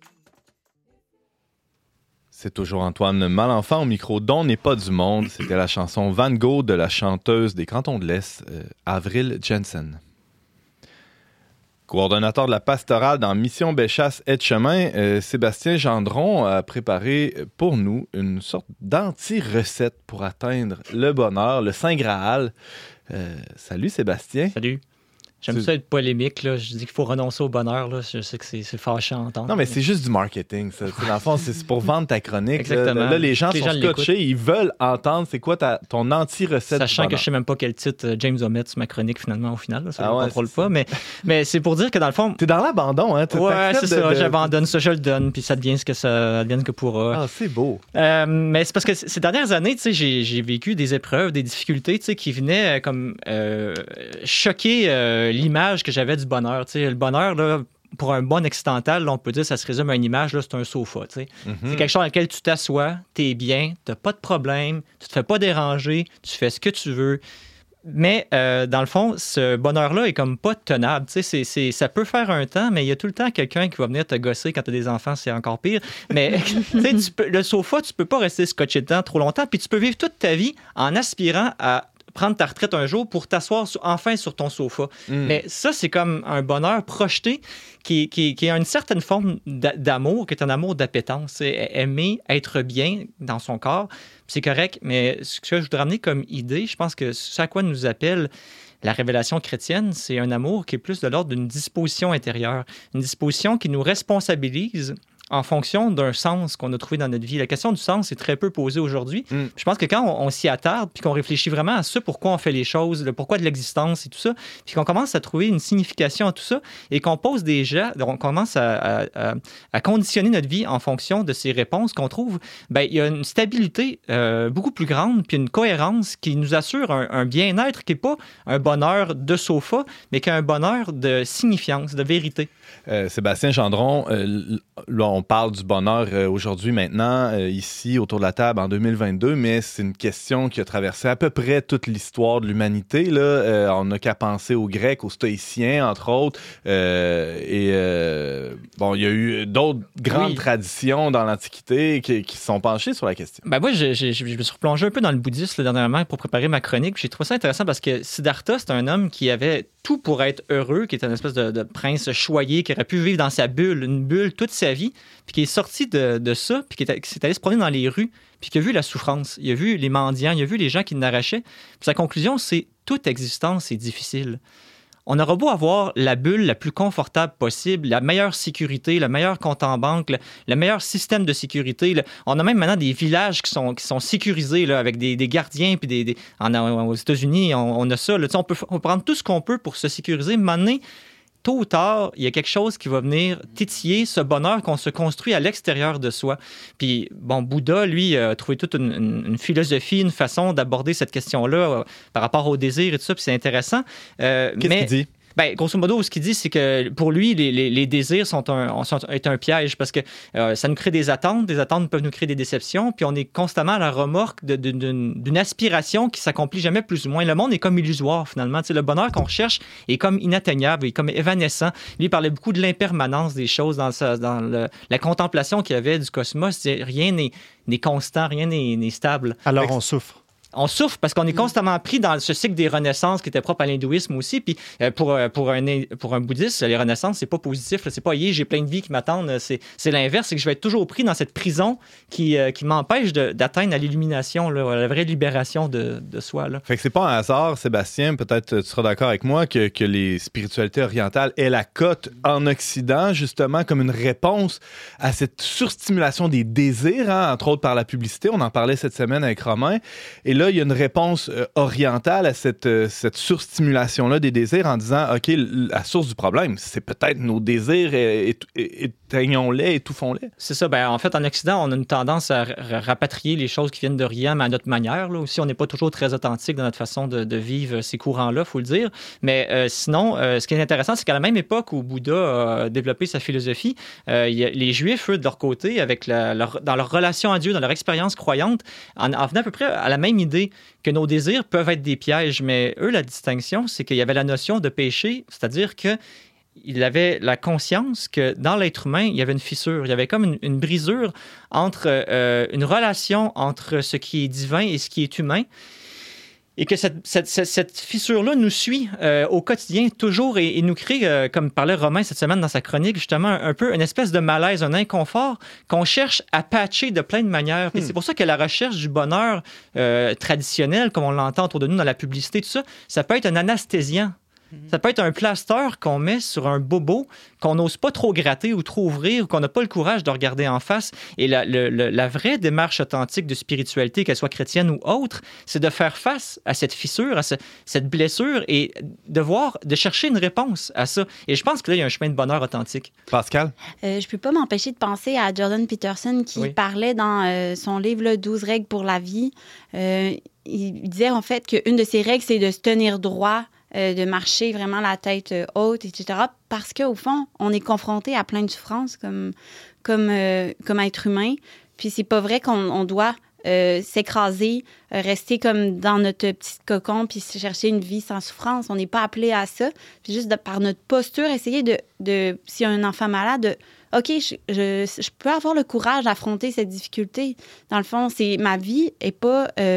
Speaker 2: C'est toujours Antoine Malenfant au micro d'On n'est pas du monde. C'était la chanson Van Gogh de la chanteuse des Cantons de l'Est, euh, Avril Jensen. Coordonnateur de la pastorale dans Mission Bellechasse Etchemin, euh, Sébastien Gendron a préparé pour nous une sorte d'anti-recette pour atteindre le bonheur, le Saint Graal. Euh, salut Sébastien.
Speaker 6: Salut. J'aime
Speaker 2: C'est-
Speaker 6: ça être polémique. Là. Je dis qu'il faut renoncer au bonheur. Là. Je sais que c'est, c'est fâchant à entendre.
Speaker 2: Non, mais c'est juste du marketing, ça. Tu sais, dans le fond, c'est c'est pour vendre ta chronique.
Speaker 6: Exactement.
Speaker 2: Là, Là, les gens
Speaker 6: Les
Speaker 2: sont
Speaker 6: gens
Speaker 2: scotchés, ils veulent entendre c'est quoi ta, ton anti-recette.
Speaker 6: Sachant
Speaker 2: du
Speaker 6: que je
Speaker 2: bonheur.
Speaker 6: sais même pas quel titre euh, James omet sur ma chronique finalement au final. Là, ça
Speaker 2: Ah
Speaker 6: je ne
Speaker 2: ouais,
Speaker 6: contrôle
Speaker 2: c'est
Speaker 6: pas.
Speaker 2: ça.
Speaker 6: Mais, mais c'est pour dire que dans le fond.
Speaker 2: T'es dans l'abandon, hein? Tu
Speaker 6: Ouais,
Speaker 2: t'acceptes
Speaker 6: c'est
Speaker 2: de-
Speaker 6: ça.
Speaker 2: de-
Speaker 6: J'abandonne ça, je le donne, puis ça devient ce que ça advienne ce que pourra.
Speaker 2: Ah, c'est beau.
Speaker 6: Euh, mais c'est parce que c- ces dernières années, tu sais, j'ai, j'ai vécu des épreuves, des difficultés, tu sais, qui venaient euh, comme euh, choquer euh, l'image que j'avais du bonheur. Tu sais, le bonheur, là, pour un bon occidental, là, on peut dire, ça se résume à une image, là, c'est un sofa. Tu sais.
Speaker 2: Mhm.
Speaker 6: C'est quelque chose dans lequel tu t'assois, t'es bien, t'as pas de problème, tu te fais pas déranger, tu fais ce que tu veux. Mais euh, dans le fond, ce bonheur-là est comme pas tenable. Tu sais, c'est, c'est, ça peut faire un temps, mais il y a tout le temps quelqu'un qui va venir te gosser quand tu as des enfants, c'est encore pire. Mais tu sais, tu peux- le sofa, tu peux pas rester scotché dedans trop longtemps, puis tu peux vivre toute ta vie en aspirant à prendre ta retraite un jour pour t'asseoir sur- enfin sur ton sofa.
Speaker 2: Mm.
Speaker 6: Mais ça, c'est comme un bonheur projeté qui, qui, qui a une certaine forme d'a- d'amour, qui est un amour d'appétence. C'est aimer être bien dans son corps, c'est correct. Mais ce que je voudrais ramener comme idée, je pense que ce à quoi nous appelle la révélation chrétienne, c'est un amour qui est plus de l'ordre d'une disposition intérieure, une disposition qui nous responsabilise en fonction d'un sens qu'on a trouvé dans notre vie. La question du sens est très peu posée aujourd'hui.
Speaker 2: Mm.
Speaker 6: Je pense que quand on, on s'y attarde, puis qu'on réfléchit vraiment à ça, pourquoi on fait les choses, le pourquoi de l'existence et tout ça, puis qu'on commence à trouver une signification à tout ça, et qu'on pose des gestes, on commence à, à, à, à conditionner notre vie en fonction de ces réponses qu'on trouve, bien, il y a une stabilité euh, beaucoup plus grande, puis une cohérence qui nous assure un, un bien-être qui n'est pas un bonheur de sofa, mais qui est un bonheur de signifiance, de vérité.
Speaker 2: Euh, Sébastien Gendron, euh, là, on parle du bonheur euh, aujourd'hui, maintenant, euh, ici, autour de la table, en deux mille vingt-deux, mais c'est une question qui a traversé à peu près toute l'histoire de l'humanité. Là. Euh, on n'a qu'à penser aux Grecs, aux Stoïciens, entre autres. Euh, et euh, bon, il y a eu d'autres grandes
Speaker 6: oui.
Speaker 2: traditions dans l'Antiquité qui, qui se sont penchées sur la question.
Speaker 6: Ben moi, je, je, je me suis replongé un peu dans le bouddhisme là, dernièrement pour préparer ma chronique. J'ai trouvé ça intéressant parce que Siddhartha, c'est un homme qui avait tout pour être heureux, qui était une espèce de, de prince choyé, qui aurait pu vivre dans sa bulle, une bulle toute sa vie, puis qui est sorti de, de ça, puis qui, est, qui s'est allé se promener dans les rues, puis qui a vu la souffrance, il a vu les mendiants, il a vu les gens qui l'arrachaient. Puis sa conclusion, c'est toute existence est difficile. On aura beau avoir la bulle la plus confortable possible, la meilleure sécurité, le meilleur compte en banque, le, le meilleur système de sécurité. Le, on a même maintenant des villages qui sont, qui sont sécurisés là, avec des, des gardiens. Puis des, des, en, en, aux États-Unis, on, on a ça. Là, on, peut, on peut prendre tout ce qu'on peut pour se sécuriser. Maintenant, tôt ou tard, il y a quelque chose qui va venir titiller ce bonheur qu'on se construit à l'extérieur de soi. Puis, bon, Bouddha, lui, a trouvé toute une, une, une philosophie, une façon d'aborder cette question-là euh, par rapport au désir et tout ça, puis c'est intéressant. Euh,
Speaker 2: Qu'est-ce
Speaker 6: mais...
Speaker 2: qu'il dit?
Speaker 6: Ben, grosso modo, ce qu'il dit, c'est que pour lui, les, les, les désirs sont un, sont, est un piège parce que euh, ça nous crée des attentes, des attentes peuvent nous créer des déceptions, puis on est constamment à la remorque de, de, d'une, d'une aspiration qui s'accomplit jamais plus ou moins. Le monde est comme illusoire, finalement. Tu sais, le bonheur qu'on recherche est comme inatteignable, est comme évanescent. Lui, il parlait beaucoup de l'impermanence des choses dans, sa, dans le, la contemplation qu'il y avait du cosmos. Rien n'est, n'est constant, rien n'est, n'est stable.
Speaker 3: Alors on souffre.
Speaker 6: On souffre parce qu'on est constamment pris dans ce cycle des renaissances qui était propre à l'hindouisme aussi. Puis euh, pour, pour, un, pour un bouddhiste, les renaissances, c'est pas positif. Là. C'est pas « yeah, j'ai plein de vies qui m'attendent ». C'est, c'est l'inverse, c'est que je vais être toujours pris dans cette prison qui, euh, qui m'empêche de, d'atteindre à l'illumination, là, à la vraie libération de, de soi. Là.
Speaker 2: Fait que c'est pas un hasard, Sébastien, peut-être tu seras d'accord avec moi, que, que les spiritualités orientales aient la cote en Occident, justement, comme une réponse à cette surstimulation des désirs, hein, entre autres par la publicité. On en parlait cette semaine avec Romain. Et là, il y a une réponse euh, orientale à cette, euh, cette surstimulation-là des désirs en disant, OK, la source du problème, c'est peut-être nos désirs, et, et, et, éteignons-les, étouffons-les.
Speaker 6: C'est ça. Ben, en fait, en Occident, on a une tendance à r- rapatrier les choses qui viennent d'Orient, mais à notre manière. Là. Aussi, on n'est pas toujours très authentique dans notre façon de, de vivre ces courants-là, il faut le dire. Mais euh, sinon, euh, ce qui est intéressant, c'est qu'à la même époque où Bouddha a développé sa philosophie, euh, y a, les Juifs, eux, de leur côté, avec la, leur, dans leur relation à Dieu, dans leur expérience croyante, en, en venaient à peu près à la même idée que nos désirs peuvent être des pièges, mais eux, la distinction, c'est qu'il y avait la notion de péché, c'est-à-dire que il avait la conscience que dans l'être humain, il y avait une fissure, il y avait comme une, une brisure entre euh, une relation entre ce qui est divin et ce qui est humain. Et que cette, cette, cette, cette fissure-là nous suit euh, au quotidien toujours et, et nous crée, euh, comme parlait Romain cette semaine dans sa chronique, justement, un, un peu une espèce de malaise, un inconfort qu'on cherche à patcher de plein de manières. Hmm. Et c'est pour ça que la recherche du bonheur euh, traditionnel, comme on l'entend autour de nous dans la publicité, tout ça, ça peut être un anesthésiant. Ça peut être un plaster qu'on met sur un bobo qu'on n'ose pas trop gratter ou trop ouvrir ou qu'on n'a pas le courage de regarder en face. Et la, le, le, la vraie démarche authentique de spiritualité, qu'elle soit chrétienne ou autre, c'est de faire face à cette fissure, à ce, cette blessure et de voir, de chercher une réponse à ça. Et je pense que là, il y a un chemin de bonheur authentique.
Speaker 2: Pascal?
Speaker 4: Euh, je ne peux pas m'empêcher de penser à Jordan Peterson qui
Speaker 6: oui.
Speaker 4: parlait dans euh, son livre là, douze règles pour la vie. Euh, il disait en fait qu'une de ses règles, c'est de se tenir droit, Euh, de marcher vraiment la tête euh, haute, et cetera. Parce qu'au fond, on est confronté à plein de souffrances comme, comme, euh, comme être humain. Puis c'est pas vrai qu'on on doit euh, s'écraser, euh, rester comme dans notre petit cocon puis chercher une vie sans souffrance. On n'est pas appelé à ça. Puis juste de, par notre posture, essayer de, de s'il y a un enfant malade, de OK, je, je, je peux avoir le courage d'affronter cette difficulté. Dans le fond, c'est ma vie n'est pas euh,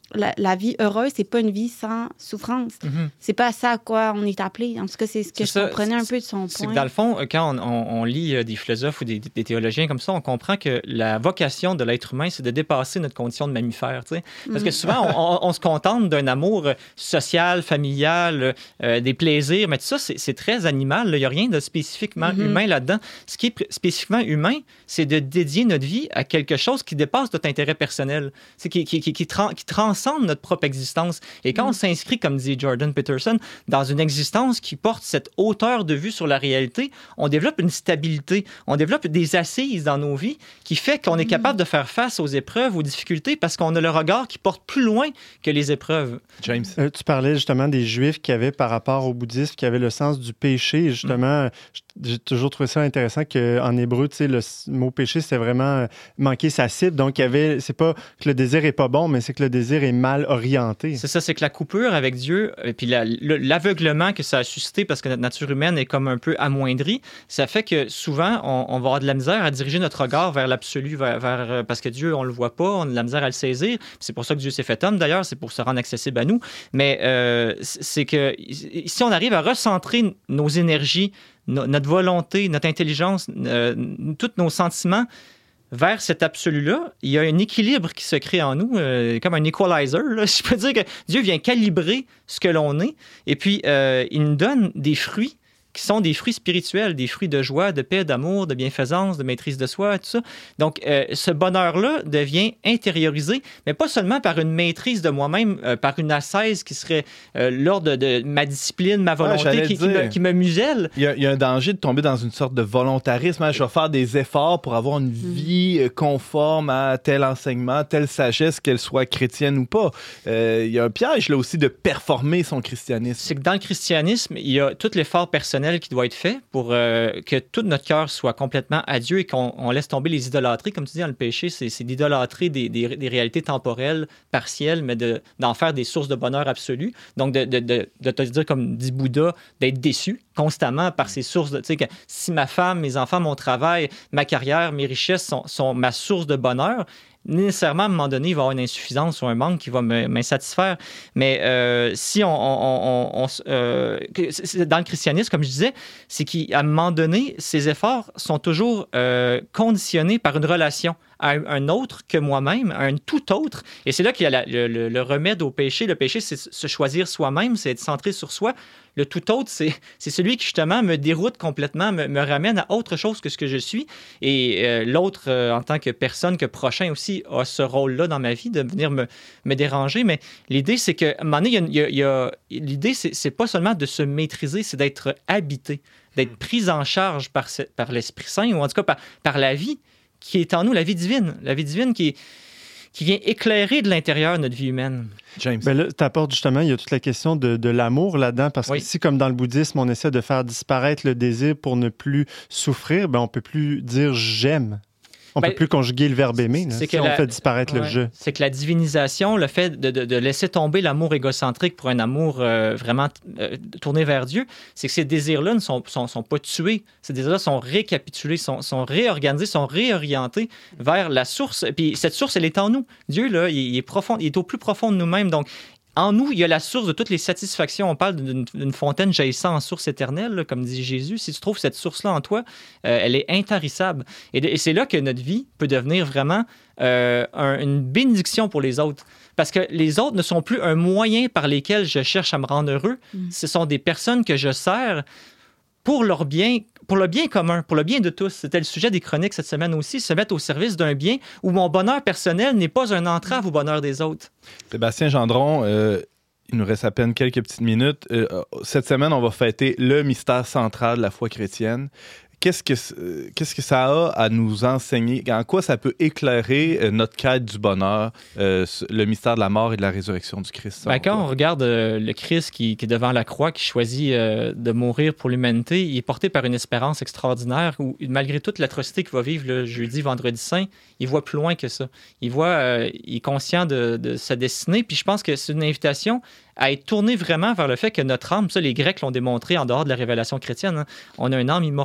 Speaker 4: la, la vie heureuse, c'est pas une vie sans souffrance.
Speaker 6: Mm-hmm.
Speaker 4: C'est pas à ça à quoi on est appelé. En tout cas, c'est ce que
Speaker 6: C'est
Speaker 4: je
Speaker 6: ça,
Speaker 4: comprenais un
Speaker 6: c'est-
Speaker 4: peu de son
Speaker 6: C'est
Speaker 4: point.
Speaker 6: que dans le fond, quand on, on- on lit euh, des philosophes ou des, des théologiens comme ça, on comprend que la vocation de l'être humain, c'est de dépasser notre condition de mammifère. Tu sais. Parce que souvent, on, on- on se contente d'un amour euh, social, familial, euh, des plaisirs, mais tout ça, c'est, c'est très animal. là. Il n'y a rien de spécifiquement
Speaker 4: Mhm.
Speaker 6: humain là-dedans. Ce qui est pr- spécifiquement humain, c'est de dédier notre vie à quelque chose qui dépasse notre intérêt personnel, c'est qui, qui, qui, qui, tran- qui transcende notre propre existence. Et quand on s'inscrit, comme dit Jordan Peterson, dans une existence qui porte cette hauteur de vue sur la réalité, on développe une stabilité, on développe des assises dans nos vies qui fait qu'on est capable de faire face aux épreuves, aux difficultés, parce qu'on a le regard qui porte plus loin que les épreuves.
Speaker 2: James.
Speaker 3: Euh, tu parlais justement des Juifs qui avaient, par rapport au bouddhisme, qui avaient le sens du péché. Et justement,
Speaker 6: Mm.
Speaker 3: j'ai toujours trouvé ça intéressant qu'en hébreu, tu sais, le s- mot péché, c'est vraiment euh, manquer sa cible. Donc, il y avait, c'est pas que le désir est pas bon, mais c'est que le désir est mal orienté.
Speaker 6: C'est ça, c'est que la coupure avec Dieu, et puis la- le- l'aveuglement que ça a suscité parce que notre nature humaine est comme un peu amoindrie, ça fait que souvent, on, on va avoir de la misère à diriger notre regard vers l'absolu, vers, vers- euh, parce que Dieu, on le voit pas, on a de la misère à le saisir. C'est pour ça que Dieu s'est fait homme, d'ailleurs, c'est pour se rendre accessible à nous. Mais euh, c'est que si on arrive à recentrer nos énergies, no- notre volonté, notre intelligence, euh, tous nos sentiments vers cet absolu-là, il y a un équilibre qui se crée en nous, euh, comme un equalizer. Là. Je peux dire que Dieu vient calibrer ce que l'on est, et puis euh, il nous donne des fruits qui sont des fruits spirituels, des fruits de joie, de paix, d'amour, de bienfaisance, de maîtrise de soi, tout ça. Donc, euh, ce bonheur-là devient intériorisé, mais pas seulement par une maîtrise de moi-même, euh, par une ascèse qui serait euh, l'ordre de ma discipline, ma volonté,
Speaker 2: j'allais
Speaker 6: qui, qui
Speaker 2: dire.
Speaker 6: me, qui me muselle.
Speaker 2: Il y, a, il y a un danger de tomber dans une sorte de volontarisme. hein. Je vais faire des efforts pour avoir une vie euh, conforme à tel enseignement, telle sagesse, qu'elle soit chrétienne ou pas. Euh, il y a un piège là aussi de performer son christianisme.
Speaker 6: C'est que dans le christianisme, il y a tout l'effort personnel qui doit être fait pour euh, que tout notre cœur soit complètement à Dieu et qu'on on laisse tomber les idolâtries. Comme tu dis, dans le péché, c'est, c'est d'idolâtrer des, des, des réalités temporelles, partielles, mais de, d'en faire des sources de bonheur absolu. Donc, de, de, de, de te dire, comme dit Bouddha, d'être déçu constamment par ces sources de... Tu sais, que si ma femme, mes enfants, mon travail, ma carrière, mes richesses sont, sont ma source de bonheur, nécessairement, à un moment donné, il va y avoir une insuffisance ou un manque qui va me- m'insatisfaire. Mais euh, si on... on, on, on, on euh, que- c'est- dans le christianisme, comme je disais, c'est qu'à un moment donné, ces efforts sont toujours euh, conditionnés par une relation à un, un autre que moi-même, à un tout autre. Et c'est là qu'il y a la- le, le- le remède au péché. Le péché, c'est se choisir soi-même, c'est être centré sur soi. Le tout autre, c'est, c'est celui qui, justement, me déroute complètement, me, me ramène à autre chose que ce que je suis. Et euh, l'autre, euh, en tant que personne, que prochain aussi, a ce rôle-là dans ma vie, de venir me, me déranger. Mais l'idée, c'est qu'à un moment donné, il y a, il y a- il y a- l'idée, c'est, c'est pas seulement de se maîtriser, c'est d'être habité, d'être pris en charge par, ce- par l'Esprit Saint, ou en tout cas par, par la vie qui est en nous, la vie divine. La vie divine qui, est- qui vient éclairer de l'intérieur notre vie humaine.
Speaker 2: James.
Speaker 3: Ben là, tu apportes justement, il y a toute la question de, de l'amour là-dedans, parce
Speaker 6: Oui.
Speaker 3: que si, comme dans le bouddhisme, on essaie de faire disparaître le désir pour ne plus souffrir, ben on peut plus dire « j'aime ». On
Speaker 6: Ben,
Speaker 3: peut plus conjuguer le verbe aimer, là,
Speaker 6: c'est
Speaker 3: si
Speaker 6: que
Speaker 3: on
Speaker 6: la-
Speaker 3: fait disparaître le
Speaker 6: Ouais.
Speaker 3: je.
Speaker 6: C'est que la divinisation, le fait de, de- de laisser tomber l'amour égocentrique pour un amour euh, vraiment euh, tourné vers Dieu, c'est que ces désirs-là ne sont, sont, sont pas tués. Ces désirs-là sont récapitulés, sont, sont réorganisés, sont réorientés vers la source. Puis cette source, elle est en nous. Dieu, là, il, il est profond, il est au plus profond de nous-mêmes. Donc, en nous, il y a la source de toutes les satisfactions. On parle d'une, d'une fontaine jaillissant en source éternelle, là, comme dit Jésus. Si tu trouves cette source-là en toi, euh, elle est intarissable. Et, de- et c'est là que notre vie peut devenir vraiment euh, un- une bénédiction pour les autres. Parce que les autres ne sont plus un moyen par lesquels je cherche à me rendre heureux.
Speaker 4: Mm.
Speaker 6: Ce sont des personnes que je sers pour leur bien, pour le bien commun, pour le bien de tous. C'était le sujet des chroniques cette semaine aussi, se mettre au service d'un bien où mon bonheur personnel n'est pas un entrave au bonheur des autres.
Speaker 2: Sébastien Gendron, euh, il nous reste à peine quelques petites minutes. Euh, cette semaine, on va fêter le mystère central de la foi chrétienne. Qu'est-ce que, euh, qu'est-ce que ça a à nous enseigner? En quoi ça peut éclairer euh, notre quête du bonheur, euh, le mystère de la mort et de la résurrection du Christ?
Speaker 6: Ben, quand on regarde euh, le Christ qui, qui est devant la croix, qui choisit euh, de mourir pour l'humanité, il est porté par une espérance extraordinaire où, malgré toute l'atrocité qu'il va vivre le jeudi, vendredi saint, il voit plus loin que ça. Il voit, euh, il est conscient de, de sa destinée. Puis je pense que c'est une invitation à être tourné vraiment vers le fait que notre âme, ça les Grecs l'ont démontré en dehors de la révélation chrétienne, hein, on a une âme immortelle.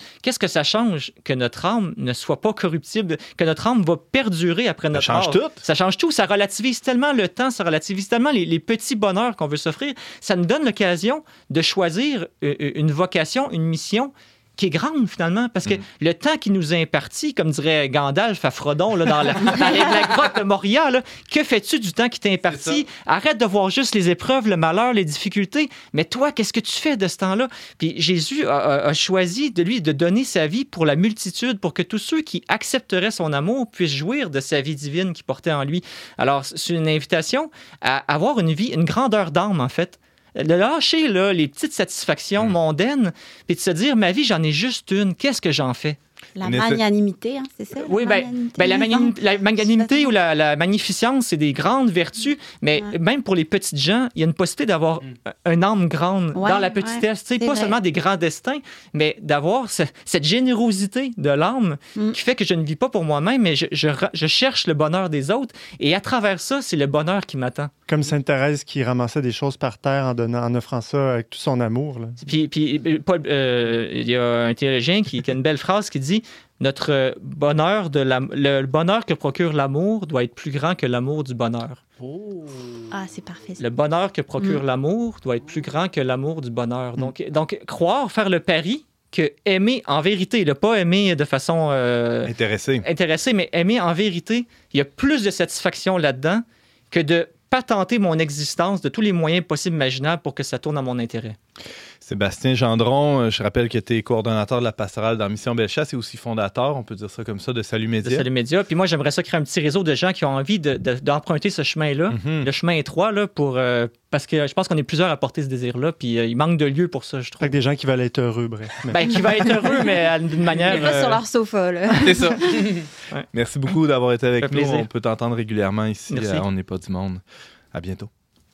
Speaker 6: qu'est-ce que ça change que notre âme ne soit pas corruptible, que notre âme va perdurer après notre
Speaker 2: Ça change
Speaker 6: mort?
Speaker 2: tout.
Speaker 6: Ça change tout. Ça relativise tellement le temps, ça relativise tellement les, les petits bonheurs qu'on veut s'offrir. Ça nous donne l'occasion de choisir une vocation, une mission qui est grande, finalement, parce que mm. le temps qui nous est imparti, comme dirait Gandalf à Frodon, là, dans, la, dans les, la grotte de Moria, là, que fais-tu du temps qui t'est imparti? Arrête de voir juste les épreuves, le malheur, les difficultés, mais toi, qu'est-ce que tu fais de ce temps-là? Puis Jésus a, a, a choisi de lui de donner sa vie pour la multitude, pour que tous ceux qui accepteraient son amour puissent jouir de sa vie divine qu'il portait en lui. Alors, c'est une invitation à avoir une vie, une grandeur d'âme, en fait. De lâcher là, les petites satisfactions mmh. mondaines, puis de se dire, ma vie, j'en ai juste une, qu'est-ce que j'en fais?
Speaker 4: La magnanimité, hein, c'est ça?
Speaker 6: Oui, bien, ben, la, magnanimité, la magnanimité ou la, la magnificence, c'est des grandes vertus, mais ouais. même pour les petites gens, il y a une possibilité d'avoir mm. un âme grande ouais, dans la petitesse. Ouais, pas vrai. Seulement des grands destins, mais d'avoir ce, cette générosité de l'âme mm. qui fait que je ne vis pas pour moi-même, mais je, je, je cherche le bonheur des autres. Et à travers ça, c'est le bonheur qui m'attend.
Speaker 3: Comme Sainte Thérèse qui ramassait des choses par terre en, donnant, en offrant ça avec tout son amour. Là.
Speaker 6: Puis, puis Paul, euh, il y a un théologien qui, qui a une belle phrase qui dit notre bonheur de la, le bonheur que procure l'amour doit être plus grand que l'amour du bonheur.
Speaker 4: Oh. Ah, c'est parfait. Ça.
Speaker 6: Le bonheur que procure mm. l'amour doit être plus grand que l'amour du bonheur. Mm. Donc, donc, croire, faire le pari que aimer en vérité, ne pas aimer de façon euh,
Speaker 2: intéressée,
Speaker 6: intéressée, mais aimer en vérité, il y a plus de satisfaction là-dedans que de patenter mon existence de tous les moyens possibles imaginables pour que ça tourne à mon intérêt.
Speaker 2: Sébastien Gendron, je rappelle que tu es coordonnateur de la pastorale dans Mission Bellechasse et aussi fondateur, on peut dire ça comme ça, de Salut Média.
Speaker 6: De Salut Média. Puis moi, j'aimerais ça créer un petit réseau de gens qui ont envie de, de, d'emprunter ce chemin-là, mm-hmm. le chemin étroit, là, pour, euh, parce que je pense qu'on est plusieurs à porter ce désir-là, puis euh, il manque de lieu pour ça, je trouve.
Speaker 3: Fait que des gens qui veulent être heureux, bref.
Speaker 6: Mais... Ben, qui veulent être heureux, mais d'une manière...
Speaker 4: Ils restent euh... sur leur sofa, là.
Speaker 5: C'est ça.
Speaker 2: Ouais. Merci beaucoup d'avoir été avec nous.
Speaker 6: Plaisir.
Speaker 2: On peut t'entendre régulièrement ici
Speaker 6: Merci.
Speaker 2: à On n'est pas du monde. À bientôt.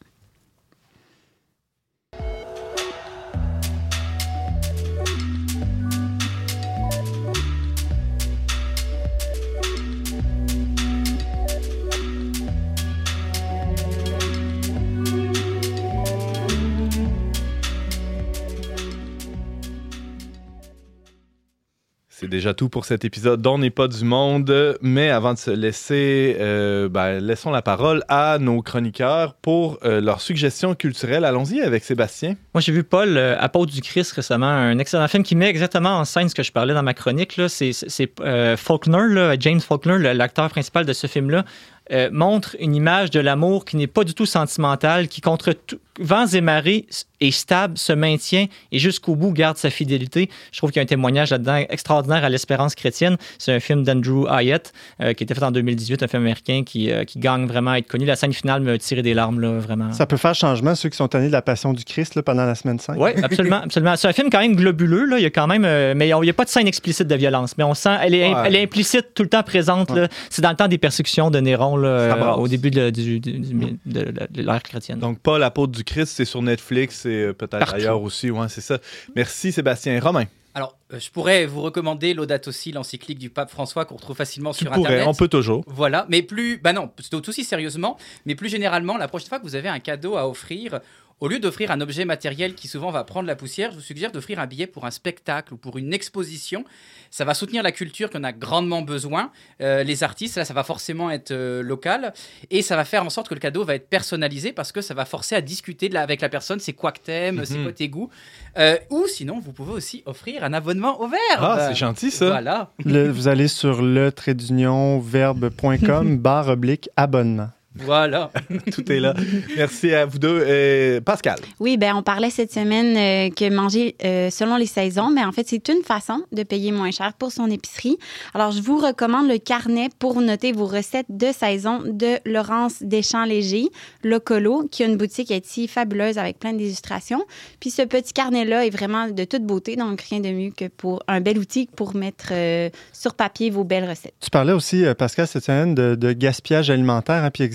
Speaker 2: C'est déjà tout pour cet épisode d'On n'est pas du monde, mais avant de se laisser, euh, ben, laissons la parole à nos chroniqueurs pour euh, leurs suggestions culturelles. Allons-y avec Sébastien.
Speaker 6: Moi, j'ai vu Paul, euh, Apôtre du Christ récemment, un excellent film qui met exactement en scène ce que je parlais dans ma chronique. Là. C'est, c'est euh, Faulkner, là, James Faulkner, l'acteur principal de ce film-là, euh, montre une image de l'amour qui n'est pas du tout sentimentale, qui contre tout, vents et marées est stable, se maintient et jusqu'au bout garde sa fidélité. Je trouve qu'il y a un témoignage là-dedans extraordinaire à l'espérance chrétienne. C'est un film d'Andrew Hyatt euh, qui a été fait en deux mille dix-huit, un film américain qui, euh, qui gagne vraiment à être connu. La scène finale me tirait des larmes, là, vraiment.
Speaker 3: Ça peut faire changement, ceux qui sont tannés de la Passion du Christ là, pendant la semaine cinq.
Speaker 6: Oui, absolument, absolument. C'est un film quand même globuleux, là. Il y a quand même, euh, mais il n'y a pas de scène explicite de violence, mais on sent, elle est, ouais. elle est implicite tout le temps présente. Ouais. Là. C'est dans le temps des persécutions de Néron, là, euh, au début de, du, du, du, de, de, de l'ère chrétienne.
Speaker 2: Donc, Paul, Apôtre du Christ, c'est sur Netflix et peut-être Partout. Ailleurs aussi. Ouais, c'est ça. Merci, Sébastien. Romain.
Speaker 5: Alors, euh, je pourrais vous recommander Laudato Si, l'encyclique du pape François qu'on retrouve facilement
Speaker 2: tu
Speaker 5: sur
Speaker 2: pourrais,
Speaker 5: Internet.
Speaker 2: On peut toujours.
Speaker 5: Voilà, mais plus, bah non, aussi sérieusement, mais plus généralement, la prochaine fois que vous avez un cadeau à offrir, au lieu d'offrir un objet matériel qui souvent va prendre la poussière, je vous suggère d'offrir un billet pour un spectacle ou pour une exposition. Ça va soutenir la culture qu'on a grandement besoin. Euh, les artistes, là, ça va forcément être euh, local. Et ça va faire en sorte que le cadeau va être personnalisé parce que ça va forcer à discuter de la, avec la personne. C'est quoi que t'aimes, mm-hmm. c'est quoi tes goûts. Euh, ou sinon, vous pouvez aussi offrir un abonnement au Verbe.
Speaker 2: Ah, c'est gentil ça.
Speaker 5: Voilà.
Speaker 3: Le, vous allez sur le trait d'union verbe point com barre oblique abonnement.
Speaker 5: Voilà.
Speaker 2: Tout est là. Merci à vous deux. Euh, Pascal.
Speaker 4: Oui, ben on parlait cette semaine euh, que manger euh, selon les saisons, mais en fait, c'est une façon de payer moins cher pour son épicerie. Alors, je vous recommande le carnet pour noter vos recettes de saison de Laurence Deschamps-Léger, Locolo, qui a une boutique Etsy fabuleuse avec plein d'illustrations. Puis ce petit carnet-là est vraiment de toute beauté, donc rien de mieux que pour un bel outil pour mettre euh, sur papier vos belles recettes.
Speaker 3: Tu parlais aussi, Pascal, cette semaine de, de gaspillage alimentaire, hein, puis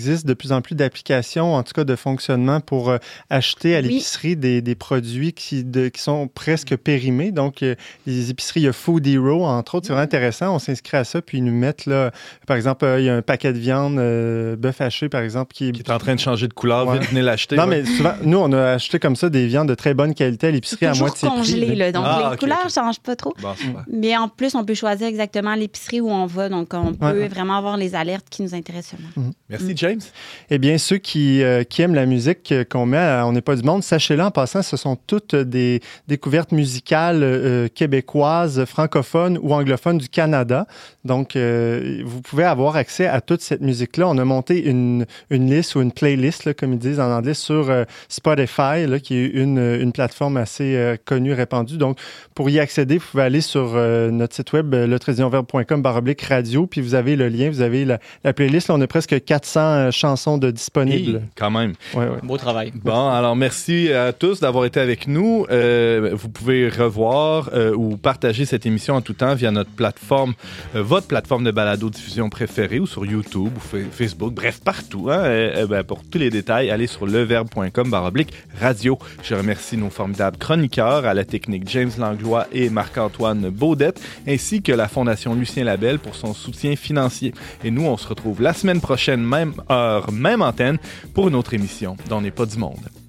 Speaker 3: existe de plus en plus d'applications, en tout cas de fonctionnement pour euh, acheter à
Speaker 4: Oui.
Speaker 3: l'épicerie des, des produits qui, de, qui sont presque périmés. Donc, euh, les épiceries, il y a Food Hero, entre autres, c'est vraiment intéressant. On s'inscrit à ça, puis ils nous mettent, là, par exemple, euh, il y a un paquet de viande, euh, bœuf haché, par exemple, qui est...
Speaker 2: Qui est en train de changer de couleur,
Speaker 3: Ouais.
Speaker 2: vite, venez l'acheter.
Speaker 3: Non,
Speaker 2: ouais.
Speaker 3: mais souvent, nous, on a acheté comme ça des viandes de très bonne qualité à l'épicerie à
Speaker 4: Toujours
Speaker 3: moitié prix.
Speaker 4: congelé, là. Donc,
Speaker 2: Ah,
Speaker 4: les
Speaker 2: ok,
Speaker 4: couleurs ne
Speaker 2: ok.
Speaker 4: changent pas trop.
Speaker 2: Bon, super.
Speaker 4: Mais en plus, on peut choisir exactement l'épicerie où on va. Donc, on peut
Speaker 3: Ouais.
Speaker 4: vraiment avoir les alertes qui nous intéressent seulement.
Speaker 2: Merci, James.
Speaker 3: Eh bien, ceux qui, euh, qui aiment la musique euh, qu'on met à On n'est pas du monde, sachez-le en passant, ce sont toutes des découvertes musicales euh, québécoises, francophones ou anglophones du Canada. Donc, euh, vous pouvez avoir accès à toute cette musique-là. On a monté une, une liste ou une playlist, là, comme ils disent en anglais, sur euh, Spotify, là, qui est une, une plateforme assez euh, connue, répandue. Donc, pour y accéder, vous pouvez aller sur euh, notre site web, le trait d'union verbe point com barre oblique radio, puis vous avez le lien, vous avez la, la playlist. Là, on a presque quatre cents euh, chansons de disponibles.
Speaker 2: Hey, quand même.
Speaker 3: Ouais, ouais.
Speaker 6: Beau travail.
Speaker 2: Bon, alors merci à tous d'avoir été avec nous. Euh, vous pouvez revoir euh, ou partager cette émission en tout temps via notre plateforme, euh, votre plateforme de balado-diffusion préférée ou sur YouTube ou fa- Facebook, bref, partout. Hein? Euh, euh, ben, pour tous les détails, allez sur leverbe point com barre oblique radio. Je remercie nos formidables chroniqueurs, à la technique James Langlois et Marc-Antoine Baudette, ainsi que la Fondation Lucien Labelle pour son soutien financier. Et nous, on se retrouve la semaine prochaine, même heure, même antenne, pour une autre émission d'On n'est pas du monde.